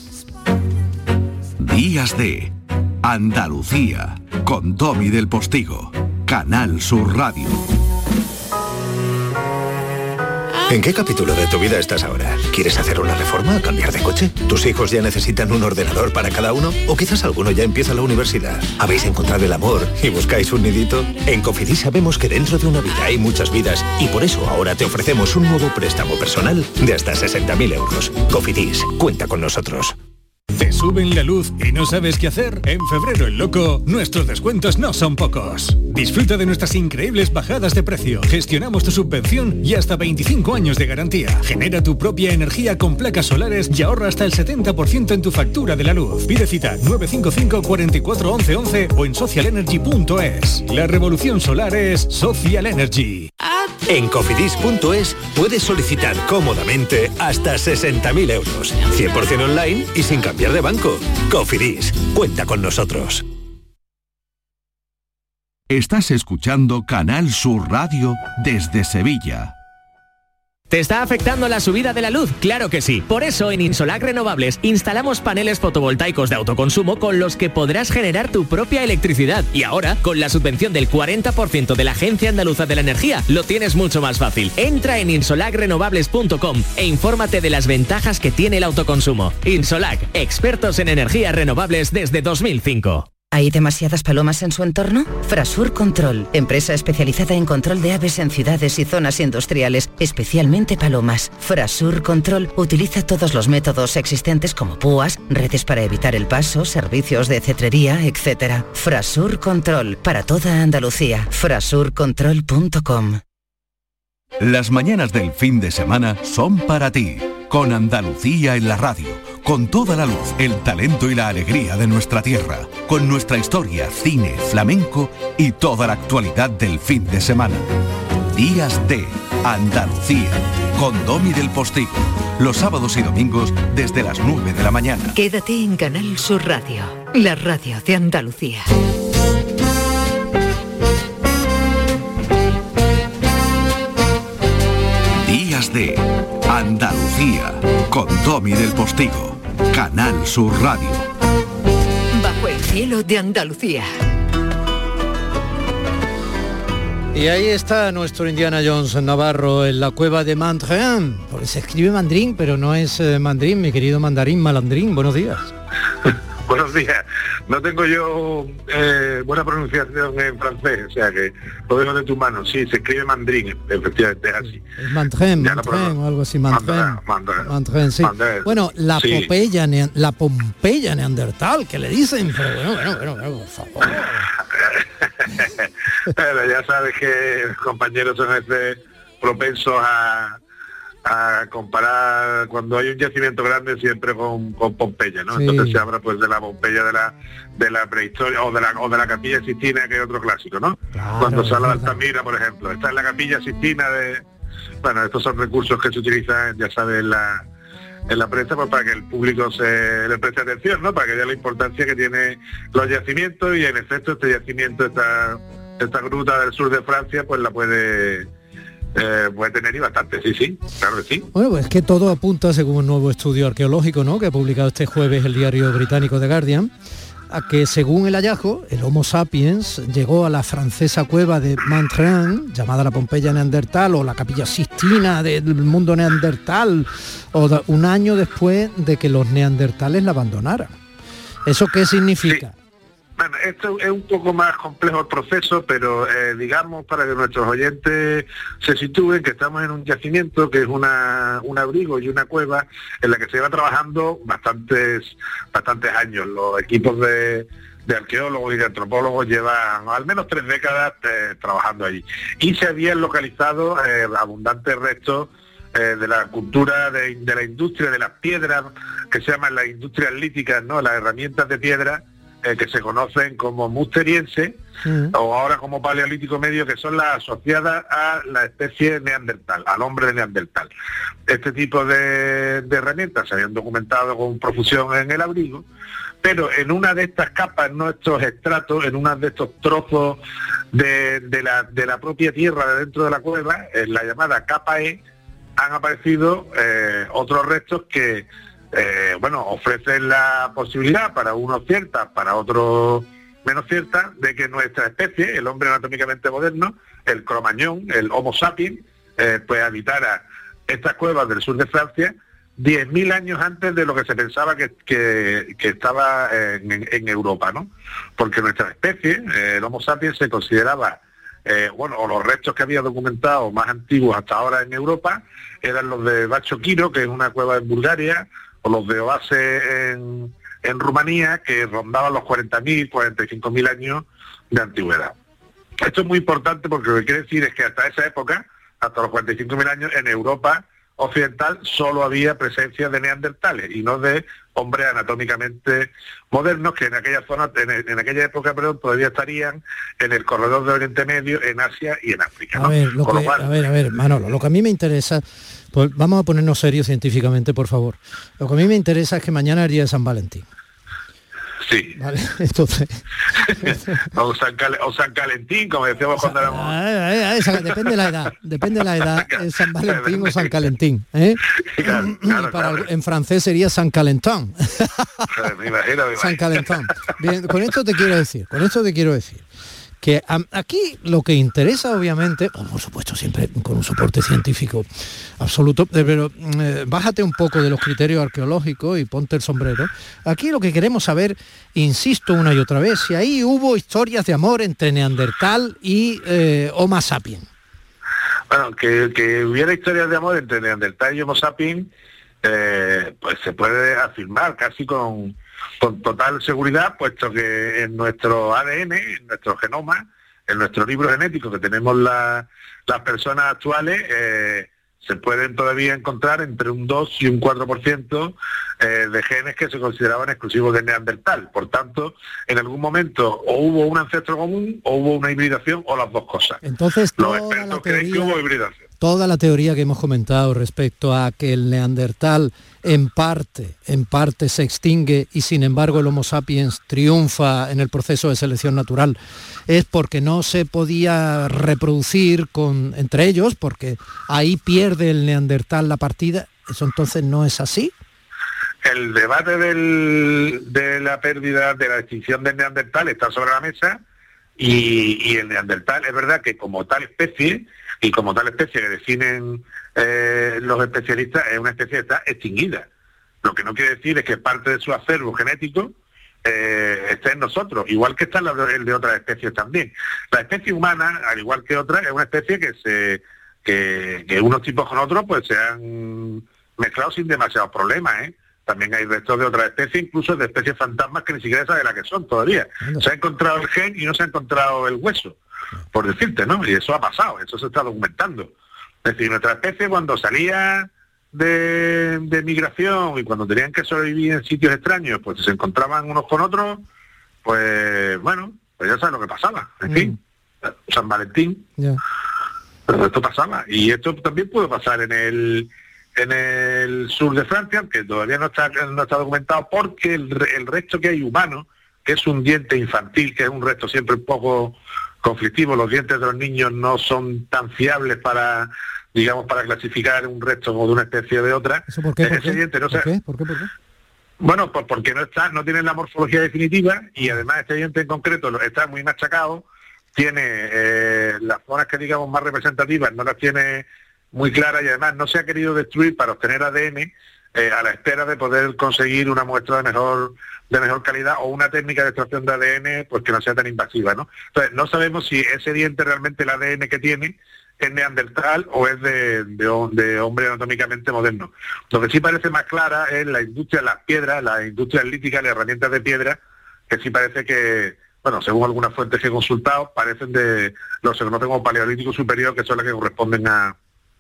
Días de Andalucía, con Domi del Postigo, Canal Sur Radio. ¿En qué capítulo de tu vida estás ahora? ¿Quieres hacer una reforma o cambiar de coche? ¿Tus hijos ya necesitan un ordenador para cada uno? ¿O quizás alguno ya empieza la universidad? ¿Habéis encontrado el amor y buscáis un nidito? En Cofidis sabemos que dentro de una vida hay muchas vidas y por eso ahora te ofrecemos un nuevo préstamo personal de hasta sesenta mil euros. Cofidis, cuenta con nosotros. ¿Te suben la luz y no sabes qué hacer? En Febrero el Loco, nuestros descuentos no son pocos. Disfruta de nuestras increíbles bajadas de precio. Gestionamos tu subvención y hasta veinticinco años de garantía. Genera tu propia energía con placas solares y ahorra hasta el setenta por ciento en tu factura de la luz. Pide cita nueve cinco cinco, cuatro cuatro, once, once o en social energy punto es. La revolución solar es Social Energy. En cofidis punto es puedes solicitar cómodamente hasta sesenta mil euros, cien por ciento online y sin cambiar de banco. Cofidis, cuenta con nosotros. Estás escuchando Canal Sur Radio desde Sevilla. ¿Te está afectando la subida de la luz? Claro que sí. Por eso en Insolac Renovables instalamos paneles fotovoltaicos de autoconsumo con los que podrás generar tu propia electricidad. Y ahora, con la subvención del cuarenta por ciento de la Agencia Andaluza de la Energía, lo tienes mucho más fácil. Entra en insolac renovables punto com e infórmate de las ventajas que tiene el autoconsumo. Insolac, expertos en energías renovables desde dos mil cinco. ¿Hay demasiadas palomas en su entorno? Frasur Control, empresa especializada en control de aves en ciudades y zonas industriales, especialmente palomas. Frasur Control utiliza todos los métodos existentes como púas, redes para evitar el paso, servicios de cetrería, etcétera. Frasur Control, para toda Andalucía. frasur control punto com. Las mañanas del fin de semana son para ti, con Andalucía en la radio, con toda la luz, el talento y la alegría de nuestra tierra, con nuestra historia, cine, flamenco y toda la actualidad del fin de semana. Días de Andalucía, con Domi del Postigo, los sábados y domingos desde las nueve de la mañana. Quédate en Canal Sur Radio, la radio de Andalucía. Días de Andalucía, con Domi del Postigo, Canal Sur Radio. Bajo el cielo de Andalucía. Y ahí está nuestro Indiana Jones Navarro en la cueva de Mandrin, porque se escribe mandrín, pero no es eh, mandrín, mi querido mandarín malandrín. Buenos días. Buenos días. No tengo yo eh, buena pronunciación en francés, o sea que lo dejo de tu mano. Sí, se escribe mandrín, efectivamente es así. Es Mandrin, Mandrin o algo así, Mandrin. Mandrin, sí. Mandrin. Bueno, la sí. Pompeya, la Pompeya neandertal, que le dicen, pero bueno, bueno, bueno, bueno por favor. Pero ya sabes que los compañeros son este propensos a... a comparar cuando hay un yacimiento grande siempre con, con Pompeya, ¿no? Sí. Entonces se habla pues de la Pompeya de la de la prehistoria o de la o de la Capilla Sistina, que es otro clásico, ¿no? Claro, cuando se habla de Altamira, por ejemplo, está en la Capilla Sistina de, bueno, estos son recursos que se utilizan, ya sabes, en la en la prensa, pues para que el público se le preste atención, ¿no? Para que vea la importancia que tiene los yacimientos, y en efecto este yacimiento, esta esta gruta del sur de Francia, pues la puede Eh, puede tener y bastante, sí, sí, claro que sí. Bueno, pues es que todo apunta, según un nuevo estudio arqueológico, ¿no?, que ha publicado este jueves el diario británico The Guardian, a que según el hallazgo, el Homo sapiens llegó a la francesa cueva de Mandrin, llamada la Pompeya neandertal o la Capilla Sistina del mundo neandertal, o da, un año después de que los neandertales la abandonaran. ¿Eso qué significa? Sí. Bueno, esto es un poco más complejo el proceso, pero eh, digamos, para que nuestros oyentes se sitúen, que estamos en un yacimiento que es una un abrigo y una cueva en la que se lleva trabajando bastantes bastantes años. Los equipos de, de arqueólogos y de antropólogos llevan al menos tres décadas eh, trabajando allí. Y se habían localizado eh, abundantes restos eh, de la cultura, de, de la industria de las piedras, que se llaman las industrias líticas, ¿no?, las herramientas de piedra, que se conocen como musteriense, mm. o ahora como paleolítico medio, que son las asociadas a la especie neandertal, al hombre de neandertal. Este tipo de, de herramientas se habían documentado con profusión en el abrigo, pero en una de estas capas, no estos estratos, en uno de estos trozos de, de, la, de la propia tierra de dentro de la cueva, en la llamada capa E, han aparecido eh, otros restos que Eh, bueno, ofrecen la posibilidad, para unos ciertas, para otros menos ciertas, de que nuestra especie, el hombre anatómicamente moderno, el cromañón, el Homo sapiens, eh, pues habitara estas cuevas del sur de Francia diez mil años antes de lo que se pensaba que, que, que estaba en, en Europa, ¿no? Porque nuestra especie, eh, el Homo sapiens, se consideraba, eh, bueno, o los restos que había documentado más antiguos hasta ahora en Europa, eran los de Bacho Quiro, que es una cueva en Bulgaria, o los de Oase en, en Rumanía, que rondaban los cuarenta mil, cuarenta y cinco mil años de antigüedad. Esto es muy importante porque lo que quiere decir es que hasta esa época, hasta los cuarenta y cinco mil años, en Europa occidental solo había presencia de neandertales y no de hombres anatómicamente modernos que en aquella zona, en, en aquella época, perdón, todavía estarían en el corredor de Oriente Medio, en Asia y en África, ¿no? A ver, lo que, lo cual... a ver, a ver, Manolo, lo que a mí me interesa, pues vamos a ponernos serios científicamente, por favor. Lo que a mí me interesa es que mañana es el día de San Valentín. Sí. Vale, entonces... o, San Cal- o San Calentín, como decíamos cuando éramos... Eh, eh, eh, depende de la edad, depende de la edad, es San Valentín o San Calentín. ¿eh? Claro, claro, Para, claro. En francés sería San Calentón. Me imagino, me imagino. San Calentón. Bien, con esto te quiero decir, con esto te quiero decir que a, aquí lo que interesa obviamente, oh, por supuesto siempre con un soporte científico absoluto, eh, pero eh, bájate un poco de los criterios arqueológicos y ponte el sombrero. Aquí lo que queremos saber, insisto una y otra vez, si ahí hubo historias de amor entre Neandertal y eh, Homo sapiens. Bueno, que, que hubiera historias de amor entre Neandertal y Homo sapiens, eh, pues se puede afirmar casi con... con total seguridad, puesto que en nuestro A D N, en nuestro genoma, en nuestro libro genético que tenemos la, las personas actuales, eh, se pueden todavía encontrar entre un dos y un cuatro por ciento eh, de genes que se consideraban exclusivos de Neandertal. Por tanto, en algún momento o hubo un ancestro común, o hubo una hibridación, o las dos cosas. Entonces, los toda expertos la creen teoría... que hubo hibridación. Toda la teoría que hemos comentado respecto a que el Neandertal en parte, en parte se extingue y sin embargo el Homo sapiens triunfa en el proceso de selección natural, es porque no se podía reproducir con, entre ellos, porque ahí pierde el Neandertal la partida. ¿Eso entonces no es así? El debate del, de la pérdida, de la extinción del Neandertal está sobre la mesa y, y el Neandertal es verdad que como tal especie, y como tal especie que definen eh, los especialistas, es una especie que está extinguida. Lo que no quiere decir es que parte de su acervo genético eh, esté en nosotros, igual que está el de otras especies también. La especie humana, al igual que otras, es una especie que se que, que unos tipos con otros pues se han mezclado sin demasiados problemas, ¿eh? También hay restos de otras especies, incluso de especies fantasmas que ni siquiera se sabe la que son todavía. Se ha encontrado el gen y no se ha encontrado el hueso, por decirte, ¿no? Y eso ha pasado, eso se está documentando. Es decir, nuestra especie cuando salía de, de migración y cuando tenían que sobrevivir en sitios extraños, pues se encontraban unos con otros, pues bueno, pues ya sabes lo que pasaba. En mm. fin, San Valentín, yeah. Pero esto pasaba. Y esto también puede pasar en el en el sur de Francia, que todavía no está, no está documentado, porque el, el resto que hay humano, que es un diente infantil, que es un resto siempre un poco conflictivo, los dientes de los niños no son tan fiables para, digamos, para clasificar un resto como de una especie o de otra. ¿Eso por qué? ¿Por Ese qué? diente no ¿Por, se... qué? ¿Por qué? ¿Por qué? Bueno, pues porque no está, no tiene la morfología definitiva y además este diente en concreto está muy machacado, tiene eh, las zonas que digamos más representativas, no las tiene muy claras y además no se ha querido destruir para obtener A D N eh, a la espera de poder conseguir una muestra de mejor de mejor calidad o una técnica de extracción de A D N pues que no sea tan invasiva, ¿no? Entonces no sabemos si ese diente realmente el A D N que tiene es neandertal o es de, de, de hombre anatómicamente moderno. Lo que sí parece más clara es la industria de las piedras, las industrias líticas, las herramientas de piedra, que sí parece que, bueno, según algunas fuentes que he consultado, parecen de lo que se conoce como paleolítico superior, que son las que corresponden a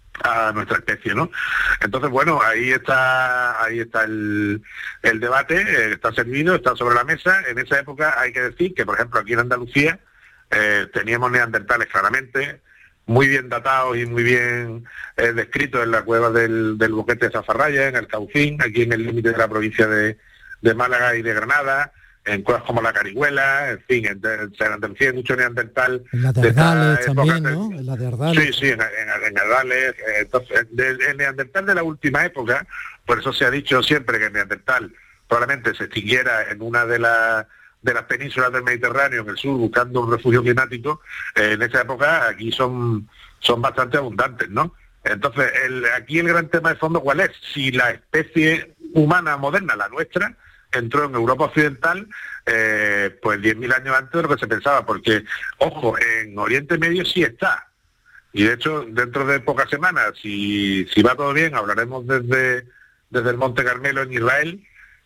a nuestra especie, ¿no? Entonces, bueno, ahí está ahí está el, el debate, eh, está servido, está sobre la mesa. En esa época hay que decir que, por ejemplo, aquí en Andalucía eh, teníamos neandertales claramente, muy bien datados y muy bien eh, descritos en la cueva del, del Boquete de Zafarraya, en el Caucín, aquí en el límite de la provincia de, de Málaga y de Granada, en cuevas como la Carihuela, en fin, en, en, en Andalucía hay mucho neandertal. En la de Ardales también, ¿no? En la de Ardales. Sí, sí, en, en, en Ardales. Eh, entonces, el, el neandertal de la última época, por eso se ha dicho siempre que el neandertal probablemente se extinguiera en una de las de las penínsulas del Mediterráneo, en el sur, buscando un refugio climático. Eh, en esa época aquí son, son bastante abundantes, ¿no? Entonces, el, aquí el gran tema de fondo, ¿cuál es? Si la especie humana moderna, la nuestra, entró en Europa Occidental eh, pues diez mil años antes de lo que se pensaba, porque, ojo, en Oriente Medio sí está, y de hecho dentro de pocas semanas, si, si va todo bien, hablaremos desde, desde el Monte Carmelo en Israel,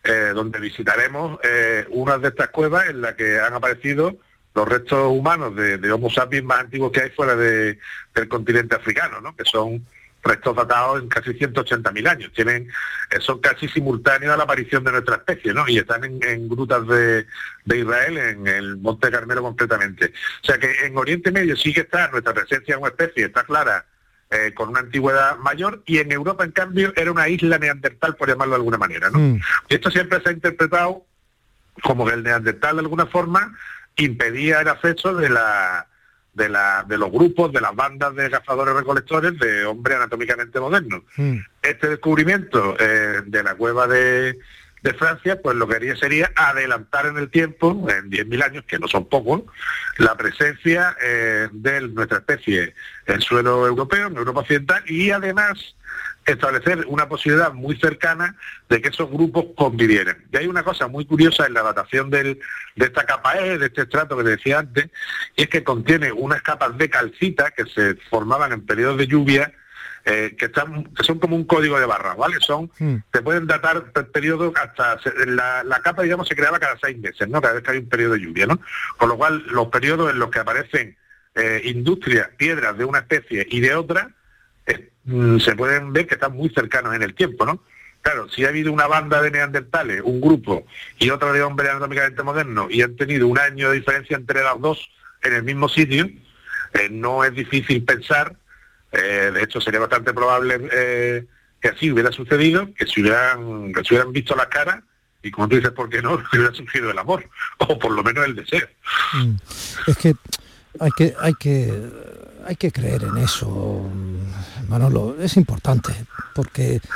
eh, donde visitaremos eh, una de estas cuevas en la que han aparecido los restos humanos de, de Homo sapiens más antiguos que hay fuera de, del continente africano, ¿no? Que son restos datados en casi ciento ochenta mil años, tienen, eh, son casi simultáneos a la aparición de nuestra especie, ¿no? Y están en, en grutas de, de Israel, en el Monte Carmelo concretamente. O sea que en Oriente Medio sí que está nuestra presencia como especie, está clara, eh, con una antigüedad mayor, y en Europa, en cambio, era una isla neandertal, por llamarlo de alguna manera, ¿no? Mm. Y esto siempre se ha interpretado como que el neandertal, de alguna forma, impedía el acceso de la de la de los grupos, de las bandas de cazadores-recolectores de hombres anatómicamente modernos. Mm. Este descubrimiento eh, de la cueva de, de Francia, pues lo que haría sería adelantar en el tiempo, en diez mil años, que no son pocos, la presencia eh, de nuestra especie en suelo europeo, en Europa Occidental, y además establecer una posibilidad muy cercana de que esos grupos convivieran. Y hay una cosa muy curiosa en la datación del, de esta capa E, de este estrato que decía antes, y es que contiene unas capas de calcita que se formaban en periodos de lluvia, eh, que, están, que son como un código de barras, ¿vale? Son, mm. te pueden datar periodos hasta, la, la capa, digamos, se creaba cada seis meses, ¿no? Cada vez que hay un periodo de lluvia, ¿no? Con lo cual, los periodos en los que aparecen eh, industrias, piedras de una especie y de otra, eh, se pueden ver que están muy cercanos en el tiempo, ¿no? Claro, si ha habido una banda de neandertales, un grupo, y otra de hombres anatómicamente modernos, y han tenido un año de diferencia entre las dos en el mismo sitio, eh, no es difícil pensar, eh, de hecho sería bastante probable eh, que así hubiera sucedido, que se hubieran, que se hubieran visto las caras, y como tú dices, ¿por qué no? Que hubiera surgido el amor, o por lo menos el deseo. Mm. Es que hay que... hay que... Hay que creer en eso, Manolo, es importante, porque eh,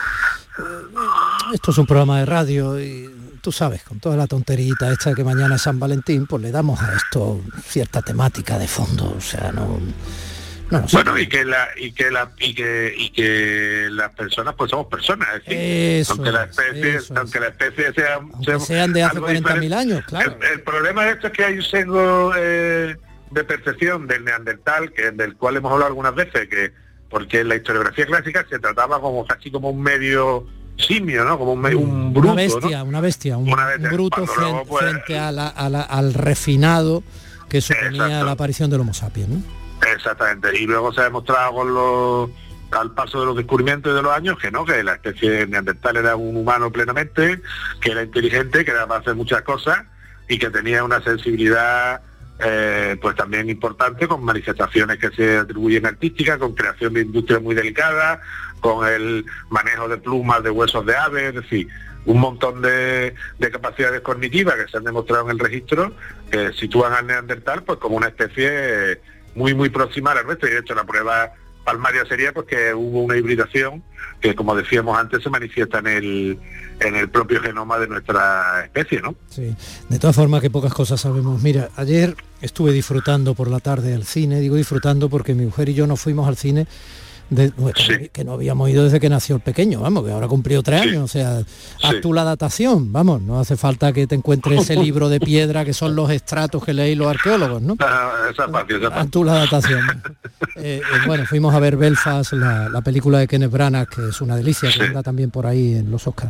esto es un programa de radio y tú sabes, con toda la tonterita esta de que mañana es San Valentín, pues le damos a esto cierta temática de fondo, o sea, no... no, no sé. Bueno, y que la y que la y que y que las personas pues somos personas, es decir, eso aunque la es, especie, eso aunque es. la especie sea, sea sean de hace cuarenta mil años, claro. El, el problema de esto es que hay un sesgo eh, de percepción del neandertal, que del cual hemos hablado algunas veces, que porque en la historiografía clásica se trataba como casi como un medio simio, ¿no? Como un, un bruto, una bestia, ¿no? una bestia, un, una bestia. un bruto frente, luego, pues, frente a la, a la, al refinado que suponía exacto. la aparición del Homo sapiens, ¿no? Exactamente, y luego se ha demostrado con los al paso de los descubrimientos de los años que no, que la especie neandertal era un humano plenamente, que era inteligente, que era capaz de hacer muchas cosas y que tenía una sensibilidad Eh, pues también importante, con manifestaciones que se atribuyen artísticas, con creación de industrias muy delicadas, con el manejo de plumas de huesos de aves, es decir, un montón de, de capacidades cognitivas que se han demostrado en el registro que sitúan al neandertal pues como una especie muy muy próxima a la nuestra, y de hecho la prueba palmaria sería pues que hubo una hibridación que, como decíamos antes, se manifiesta en el en el propio genoma de nuestra especie, ¿no? Sí, de todas formas que pocas cosas sabemos. Mira, ayer estuve disfrutando por la tarde del cine, digo disfrutando porque mi mujer y yo nos fuimos al cine de, bueno, sí. que no habíamos ido desde que nació el pequeño, vamos, que ahora cumplió tres sí. años, o sea, haz sí. tú la datación, vamos, no hace falta que te encuentres ese libro de piedra que son los estratos que leéis los arqueólogos, ¿no? Ah, esa parte, esa parte. Haz tú la datación. eh, eh, bueno, fuimos a ver Belfast, la, la película de Kenneth Branagh, que es una delicia, que sí. anda también por ahí en los Oscars.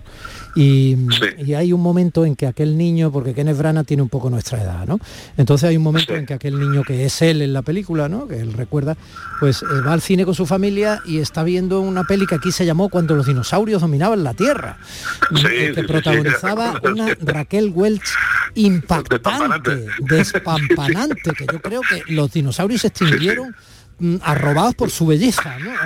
Y, sí. y hay un momento en que aquel niño, porque Kenneth Branagh tiene un poco nuestra edad, ¿no? Entonces hay un momento sí. en que aquel niño que es él en la película, ¿no? Que él recuerda, pues eh, va al cine con su familia y está viendo una peli que aquí se llamó Cuando los dinosaurios dominaban la Tierra, sí, que sí, protagonizaba sí, una Raquel Welch impactante, despampanante, que yo creo que los dinosaurios se extinguieron mm, arrobados por su belleza, ¿no?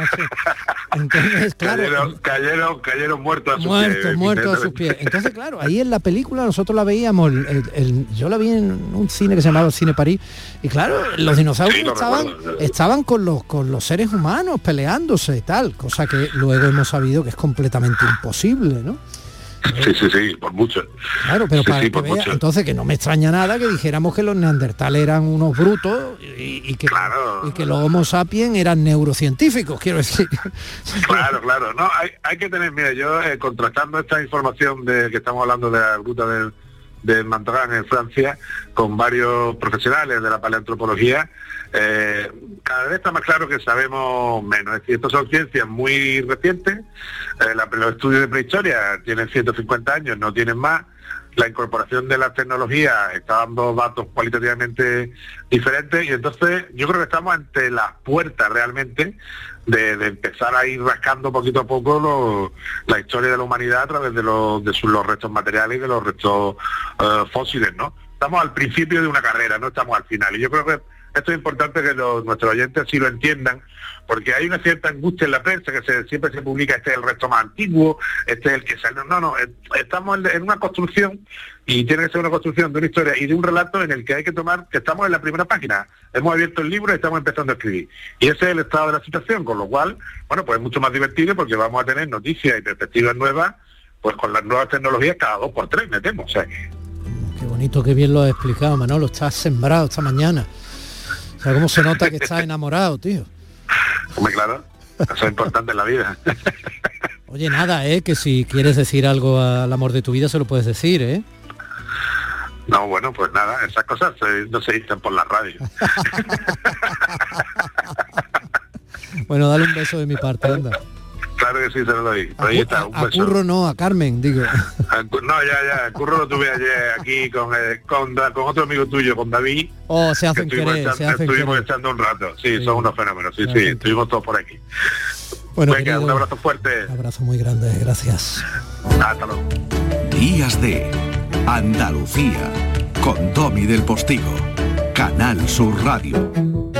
Entonces, claro, cayeron, cayeron, cayeron muertos a sus muertos, pies. Muertos a sus pies. Entonces, claro, ahí en la película nosotros la veíamos, el, el, el, yo la vi en un cine que se llamaba el Cine París, y claro, los dinosaurios sí, no estaban, recuerdo, estaban con los con los seres humanos peleándose y tal, cosa que luego hemos sabido que es completamente imposible, ¿no? Sí, sí, sí, por mucho. Claro, pero sí, para sí, que vea, mucho. entonces que no me extraña nada que dijéramos que los neandertales eran unos brutos y, y, que, claro. y que los Homo sapiens eran neurocientíficos, quiero decir. Claro, claro. No, hay, hay que tener, mira, yo eh, contrastando esta información de que estamos hablando de la gruta del, de Mantogan en Francia, con varios profesionales de la paleoantropología, eh, cada vez está más claro que sabemos menos. Es decir, estos son ciencias muy recientes, eh, la, los estudios de prehistoria tienen ciento cincuenta años, no tienen más. La incorporación de las tecnologías está dando datos cualitativamente diferentes, y entonces yo creo que estamos ante las puertas realmente de, de empezar a ir rascando poquito a poco lo, la historia de la humanidad a través de los, de sus, los restos materiales y de los restos uh, fósiles, ¿no? Estamos al principio de una carrera, no estamos al final, y yo creo que esto es importante que los, nuestros oyentes sí lo entiendan, porque hay una cierta angustia en la prensa, que se, siempre se publica, este es el resto más antiguo, este es el que sale. No, no, estamos en, en una construcción, y tiene que ser una construcción de una historia y de un relato en el que hay que tomar, que estamos en la primera página, hemos abierto el libro y estamos empezando a escribir. Y ese es el estado de la situación, con lo cual, bueno, pues es mucho más divertido, porque vamos a tener noticias y perspectivas nuevas, pues con las nuevas tecnologías cada dos por tres metemos. O sea que... Qué bonito, qué bien lo has explicado, Manolo, estás sembrado esta mañana. O sea, cómo se nota que estás enamorado, tío. Hombre, claro, eso es importante en la vida. Oye, nada, ¿eh? Que si quieres decir algo al amor de tu vida, se lo puedes decir, ¿eh? No, bueno, pues nada, esas cosas se, no se dicen por la radio. Bueno, dale un beso de mi parte, anda. Claro que sí, se lo doy. Ahí está, un a, beso. a Curro no, a Carmen, digo. No, ya, ya, Curro lo tuve ayer aquí con, eh, con, con otro amigo tuyo, con David. Oh, se hacen querer, echando, se hacen Estuvimos querer. echando un rato, sí, Sí. son unos fenómenos, sí, Se sí, hacen estuvimos todos por aquí. Bueno, Venga, querido, un abrazo fuerte. Un abrazo muy grande, gracias. Hasta luego. Días de Andalucía, con Domi del Postigo, Canal Sur Radio.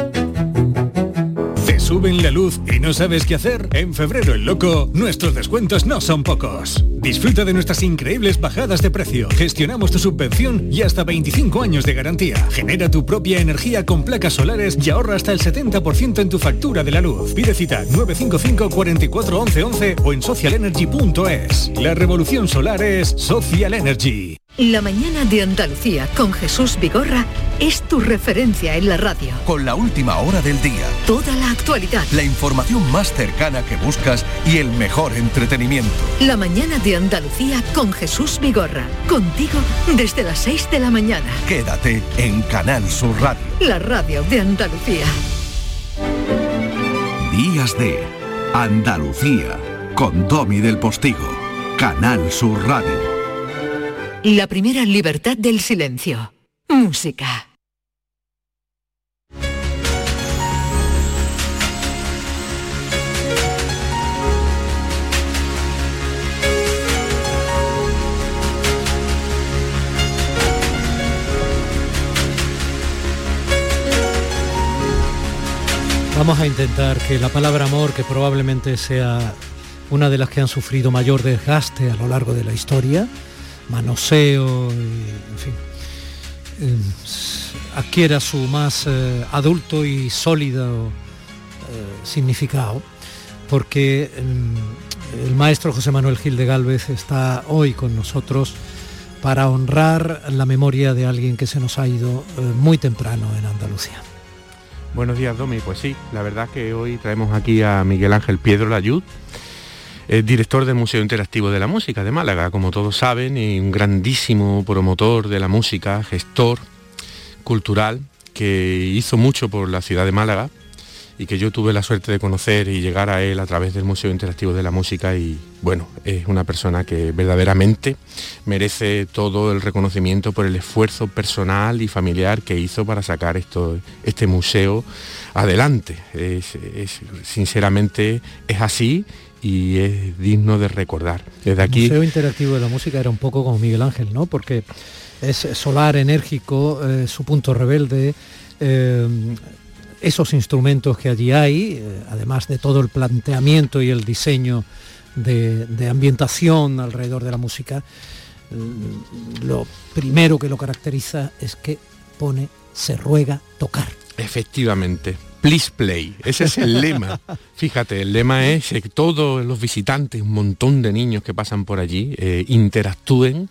¿Te suben la luz y no sabes qué hacer? En Febrero el Loco, nuestros descuentos no son pocos. Disfruta de nuestras increíbles bajadas de precio. Gestionamos tu subvención y hasta veinticinco años de garantía. Genera tu propia energía con placas solares y ahorra hasta el setenta por ciento en tu factura de la luz. Pide cita nueve cinco cinco, cuatro cuatro, once once o en social energy punto es. La revolución solar es Social Energy. La mañana de Andalucía con Jesús Vigorra es tu referencia en la radio. Con la última hora del día, Toda la actualidad. la información más cercana que buscas y el mejor entretenimiento. La mañana de Andalucía con Jesús Vigorra. Contigo desde las seis de la mañana. Quédate en Canal Sur Radio. La radio de Andalucía. Días de Andalucía, con Domi del Postigo, Canal Sur Radio. La primera libertad del silencio. Música. Vamos a intentar que la palabra amor, que probablemente sea una de las que han sufrido mayor desgaste a lo largo de la historia, manoseo, y, en fin, eh, adquiera su más eh, adulto y sólido eh, significado, porque eh, el maestro José Manuel Gil de Gálvez está hoy con nosotros para honrar la memoria de alguien que se nos ha ido eh, muy temprano en Andalucía. Buenos días, Domi. Pues sí, la verdad que hoy traemos aquí a Miguel Ángel Piedro Layud, eh, director del Museo Interactivo de la Música de Málaga, como todos saben, y un grandísimo promotor de la música, gestor cultural, que hizo mucho por la ciudad de Málaga y que yo tuve la suerte de conocer y llegar a él a través del Museo Interactivo de la Música, y bueno, es una persona que verdaderamente merece todo el reconocimiento por el esfuerzo personal y familiar que hizo para sacar esto, este museo adelante. Es, es, sinceramente es así y es digno de recordar. Desde aquí... El Museo Interactivo de la Música era un poco como Miguel Ángel, ¿no? Porque es solar, enérgico, eh, su punto rebelde, eh, esos instrumentos que allí hay, eh, además de todo el planteamiento y el diseño de, de ambientación alrededor de la música, eh, lo primero que lo caracteriza es que pone, se ruega tocar. Efectivamente, please play, ese es el lema. Fíjate, el lema es que todos los visitantes, un montón de niños que pasan por allí, eh, interactúen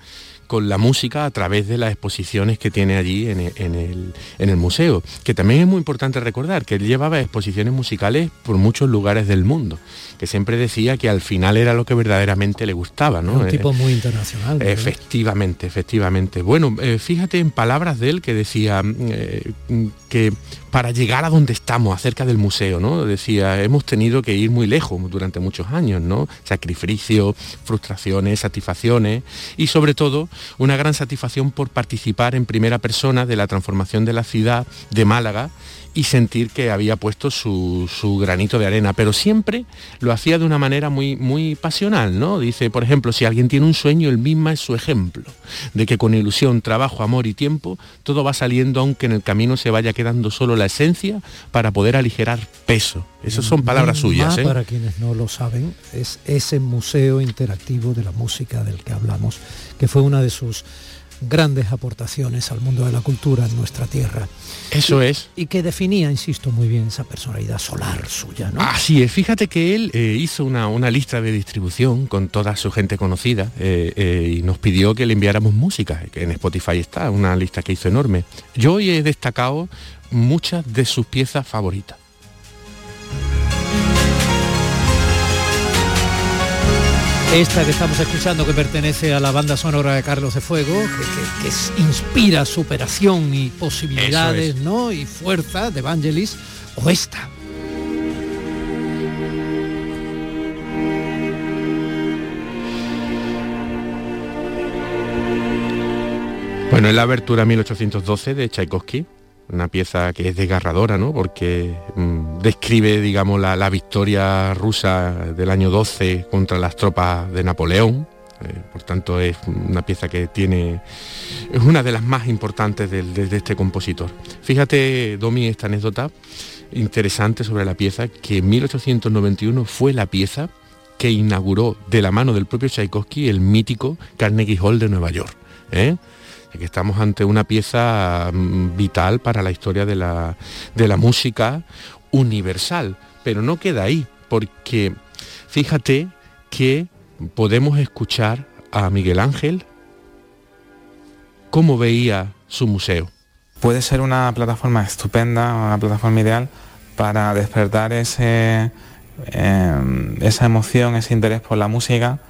con la música a través de las exposiciones que tiene allí en el, en el, en el museo, que también es muy importante recordar que él llevaba exposiciones musicales por muchos lugares del mundo, que siempre decía que al final era lo que verdaderamente le gustaba, ¿no? Un tipo muy internacional, ¿no? Efectivamente, efectivamente. Bueno, eh, fíjate en palabras de él que decía eh, que para llegar a donde estamos, acerca del museo, ¿no? Decía, hemos tenido que ir muy lejos durante muchos años, ¿no? Sacrificios, frustraciones, satisfacciones y sobre todo una gran satisfacción por participar en primera persona de la transformación de la ciudad de Málaga y sentir que había puesto su, su granito de arena, pero siempre lo hacía de una manera muy, muy pasional, ¿no? Dice, por ejemplo, si alguien tiene un sueño, él mismo es su ejemplo, de que con ilusión, trabajo, amor y tiempo, todo va saliendo, aunque en el camino se vaya quedando solo la esencia para poder aligerar peso. Esas son palabras suyas, ¿eh? Para quienes no lo saben, es ese museo interactivo de la música del que hablamos, que fue una de sus grandes aportaciones al mundo de la cultura en nuestra tierra. Eso y, es. Y que definía, insisto, muy bien esa personalidad solar suya, ¿no? Así es, fíjate que él eh, hizo una, una lista de distribución con toda su gente conocida eh, eh, y nos pidió que le enviáramos música, que en Spotify está, una lista que hizo enorme. Yo hoy he destacado muchas de sus piezas favoritas. Esta que estamos escuchando, que pertenece a la banda sonora de Carlos de Fuego, que, que, que es, inspira superación y posibilidades, es. ¿no? Y fuerza de Vangelis, o esta. Bueno, es la abertura mil ochocientos doce de Tchaikovsky, una pieza que es desgarradora, ¿no? Porque mmm, describe, digamos, la, la victoria rusa del año doce contra las tropas de Napoleón. Eh, por tanto, es una pieza que tiene... es una de las más importantes de, de, de este compositor. Fíjate, Domi, esta anécdota interesante sobre la pieza, que en mil ochocientos noventa y uno fue la pieza que inauguró de la mano del propio Tchaikovsky el mítico Carnegie Hall de Nueva York, ¿eh? Que estamos ante una pieza vital para la historia de la, de la música universal. Pero no queda ahí, porque fíjate que podemos escuchar a Miguel Ángel cómo veía su museo. Puede ser una plataforma estupenda, una plataforma ideal para despertar ese, eh, esa emoción, ese interés por la música,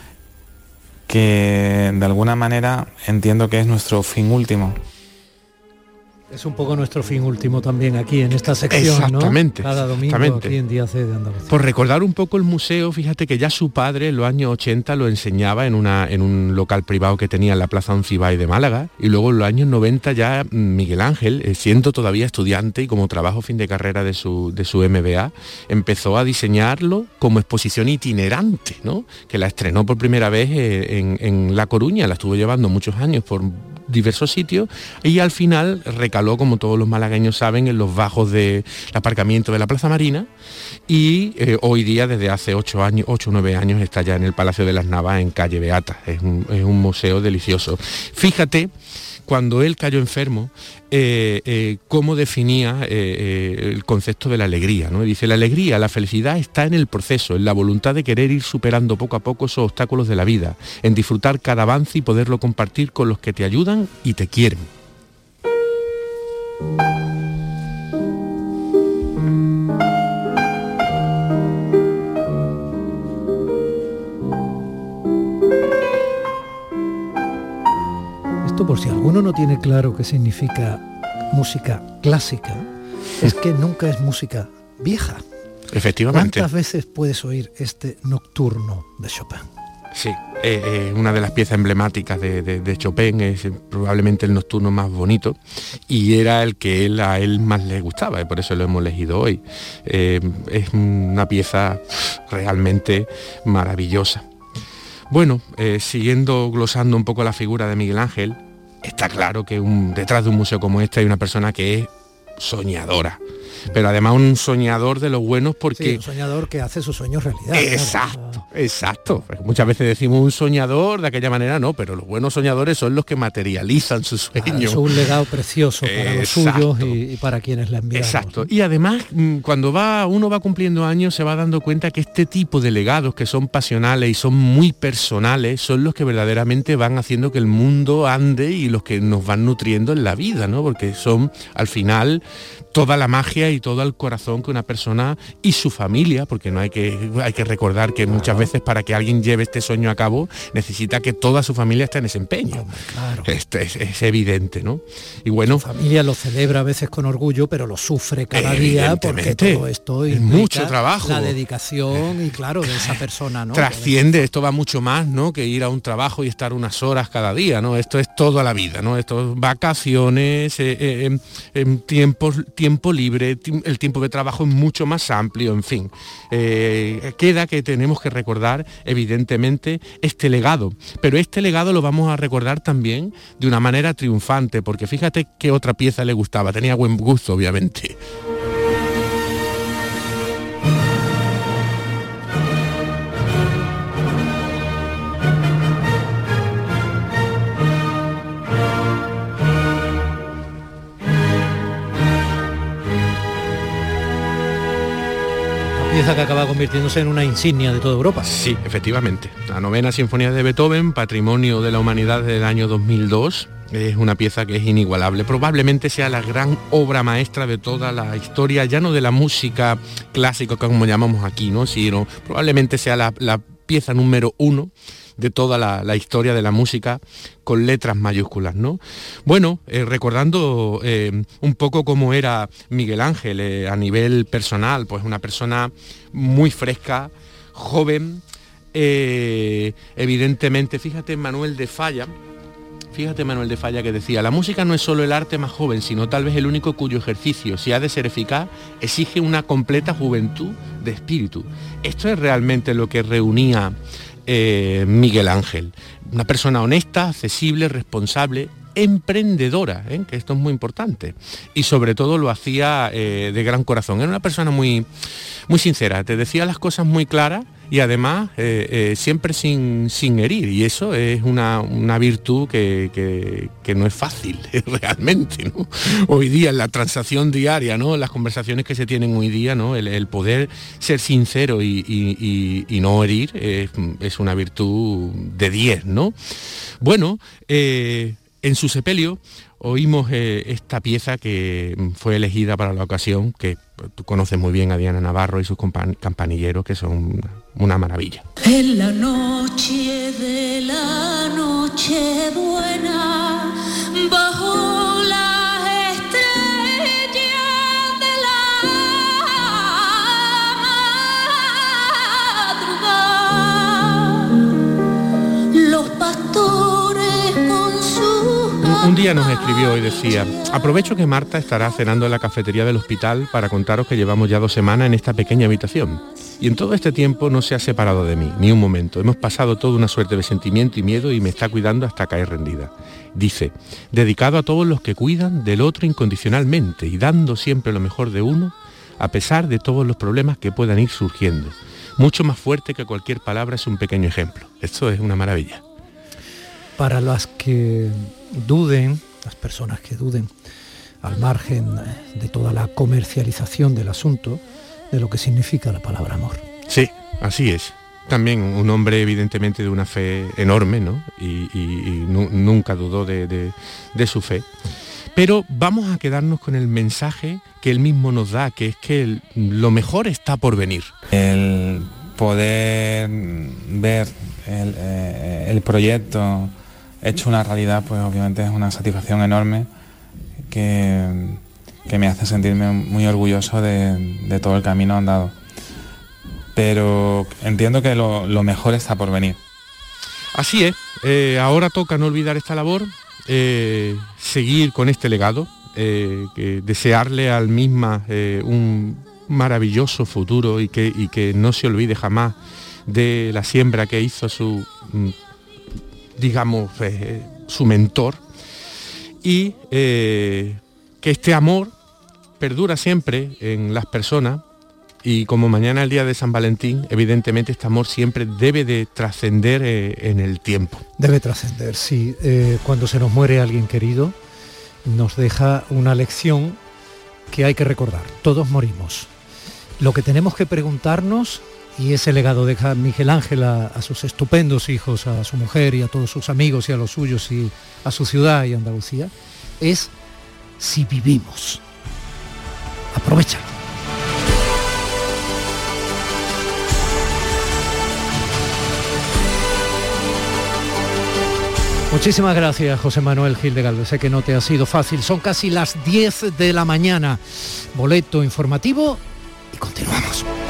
que de alguna manera entiendo que es nuestro fin último. Es un poco nuestro fin último también aquí en esta sección, exactamente, ¿no? Cada domingo exactamente. Aquí en Días C de Andalucía. Por recordar un poco el museo, fíjate que ya su padre en los años ochenta lo enseñaba en, una, en un local privado que tenía en la Plaza Oncibay de Málaga, y luego en los años noventa ya Miguel Ángel, siendo todavía estudiante y como trabajo fin de carrera de su, de su M B A, empezó a diseñarlo como exposición itinerante, ¿no? Que la estrenó por primera vez en, en La Coruña, la estuvo llevando muchos años por diversos sitios y al final recaló, como todos los malagueños saben, en los bajos del aparcamiento de la Plaza Marina, y eh, hoy día desde hace ocho años, ocho o nueve años está ya en el Palacio de las Navas en calle Beata. Es un, es un museo delicioso. Fíjate, cuando él cayó enfermo, eh, eh, cómo definía eh, eh, el concepto de la alegría, ¿no? Dice, la alegría, la felicidad está en el proceso, en la voluntad de querer ir superando poco a poco esos obstáculos de la vida, en disfrutar cada avance y poderlo compartir con los que te ayudan y te quieren. Por si alguno no tiene claro qué significa música clásica, es que nunca es música vieja. Efectivamente. ¿Cuántas veces puedes oír este nocturno de Chopin? Sí, eh, eh, una de las piezas emblemáticas de, de, de Chopin, es probablemente el nocturno más bonito, y era el que él, a él más le gustaba, y por eso lo hemos elegido hoy. Eh, es una pieza realmente maravillosa. Bueno, eh, siguiendo glosando un poco la figura de Miguel Ángel, está claro que un, detrás de un museo como este hay una persona que es soñadora. Pero además un soñador de los buenos porque... Sí, un soñador que hace sus sueños realidad. Exacto, claro. exacto. Muchas veces decimos un soñador de aquella manera, no, pero los buenos soñadores son los que materializan sus sueños. Claro, es un legado precioso para Exacto. los suyos y, y para quienes le enviamos. Exacto. Y además, cuando va uno va cumpliendo años, se va dando cuenta que este tipo de legados que son pasionales y son muy personales son los que verdaderamente van haciendo que el mundo ande y los que nos van nutriendo en la vida, ¿no? Porque son, al final, toda la magia y todo el corazón que una persona y su familia, porque no hay que, hay que recordar que muchas veces para que alguien lleve este sueño a cabo necesita que toda su familia esté en ese empeño. Claro. Esto es, es evidente, ¿no? Y bueno, su familia lo celebra a veces con orgullo, pero lo sufre cada día porque todo esto es implica mucho trabajo, la dedicación y claro de esa persona, ¿no? Trasciende, esto va mucho más, ¿no? Que ir a un trabajo y estar unas horas cada día, ¿no? Esto es toda la vida, ¿no? Esto es vacaciones, eh, eh, eh, tiempos, tiempo libre, el tiempo de trabajo es mucho más amplio, en fin. Eh, queda que tenemos que recordar, evidentemente, este legado. Pero este legado lo vamos a recordar también de una manera triunfante, porque fíjate qué otra pieza le gustaba, tenía buen gusto, obviamente. Pieza que acaba convirtiéndose en una insignia de toda Europa. Sí, efectivamente. La novena sinfonía de Beethoven, patrimonio de la humanidad del año dos mil dos, es una pieza que es inigualable. Probablemente sea la gran obra maestra de toda la historia, ya no de la música clásica como llamamos aquí, ¿no? Sino probablemente sea la, la pieza número uno de toda la, la historia de la música con letras mayúsculas, ¿no? Bueno, eh, recordando eh, un poco cómo era Miguel Ángel eh, a nivel personal, pues una persona muy fresca, joven, eh, evidentemente, fíjate Manuel de Falla, fíjate Manuel de Falla que decía, la música no es solo el arte más joven, sino tal vez el único cuyo ejercicio, si ha de ser eficaz, exige una completa juventud de espíritu. Esto es realmente lo que reunía Eh, Miguel Ángel, una persona honesta, accesible, responsable, emprendedora, ¿eh? Que esto es muy importante, y sobre todo lo hacía eh, de gran corazón. Era una persona muy, muy sincera, te decía las cosas muy claras y además eh, eh, siempre sin, sin herir, y eso es una, una virtud que, que, que no es fácil realmente, ¿no? Hoy día en la transacción diaria, ¿no? Las conversaciones que se tienen hoy día, ¿no? El, el poder ser sincero y, y, y, y no herir es, es una virtud de diez, ¿no? Bueno, eh, en su sepelio oímos eh, esta pieza que fue elegida para la ocasión, que tú conoces muy bien a Diana Navarro y sus compa- campanilleros, que son una maravilla. En la noche de la noche buena, bajo las estrellas de la madrugada, los pastores con sus... Un día nos escribió y decía, aprovecho que Marta estará cenando en la cafetería del hospital para contaros que llevamos ya dos semanas en esta pequeña habitación. Y en todo este tiempo no se ha separado de mí, ni un momento. Hemos pasado toda una suerte de sentimiento y miedo y me está cuidando hasta caer rendida. Dice, dedicado a todos los que cuidan del otro incondicionalmente y dando siempre lo mejor de uno, a pesar de todos los problemas que puedan ir surgiendo. Mucho más fuerte que cualquier palabra es un pequeño ejemplo. Esto es una maravilla. Para las que duden, las personas que duden, al margen de toda la comercialización del asunto, de lo que significa la palabra amor. Sí, así es. También un hombre evidentemente de una fe enorme, ¿no? Y, y, y nu- nunca dudó de, de, de su fe. Pero vamos a quedarnos con el mensaje que él mismo nos da, que es que el, lo mejor está por venir. El poder ver el, eh, el proyecto hecho una realidad, pues obviamente es una satisfacción enorme que, que me hace sentirme muy orgulloso de, de todo el camino andado. Pero entiendo que lo, lo mejor está por venir. Así es, eh, ahora toca no olvidar esta labor, eh, seguir con este legado, eh, que desearle al misma eh, un maravilloso futuro y que, y que no se olvide jamás de la siembra que hizo su, digamos, eh, su mentor, y eh, que este amor perdura siempre en las personas y como mañana es el día de San Valentín, evidentemente este amor siempre debe de trascender eh, en el tiempo. Debe trascender, sí. Eh, cuando se nos muere alguien querido, nos deja una lección que hay que recordar. Todos morimos. Lo que tenemos que preguntarnos, y ese legado deja Miguel Ángel a, a sus estupendos hijos, a su mujer y a todos sus amigos y a los suyos y a su ciudad y Andalucía, es si vivimos. Aprovechalo. Muchísimas gracias, José Manuel Gil de Galvez. Sé que no te ha sido fácil. Son casi las diez de la mañana. Boleto informativo y continuamos.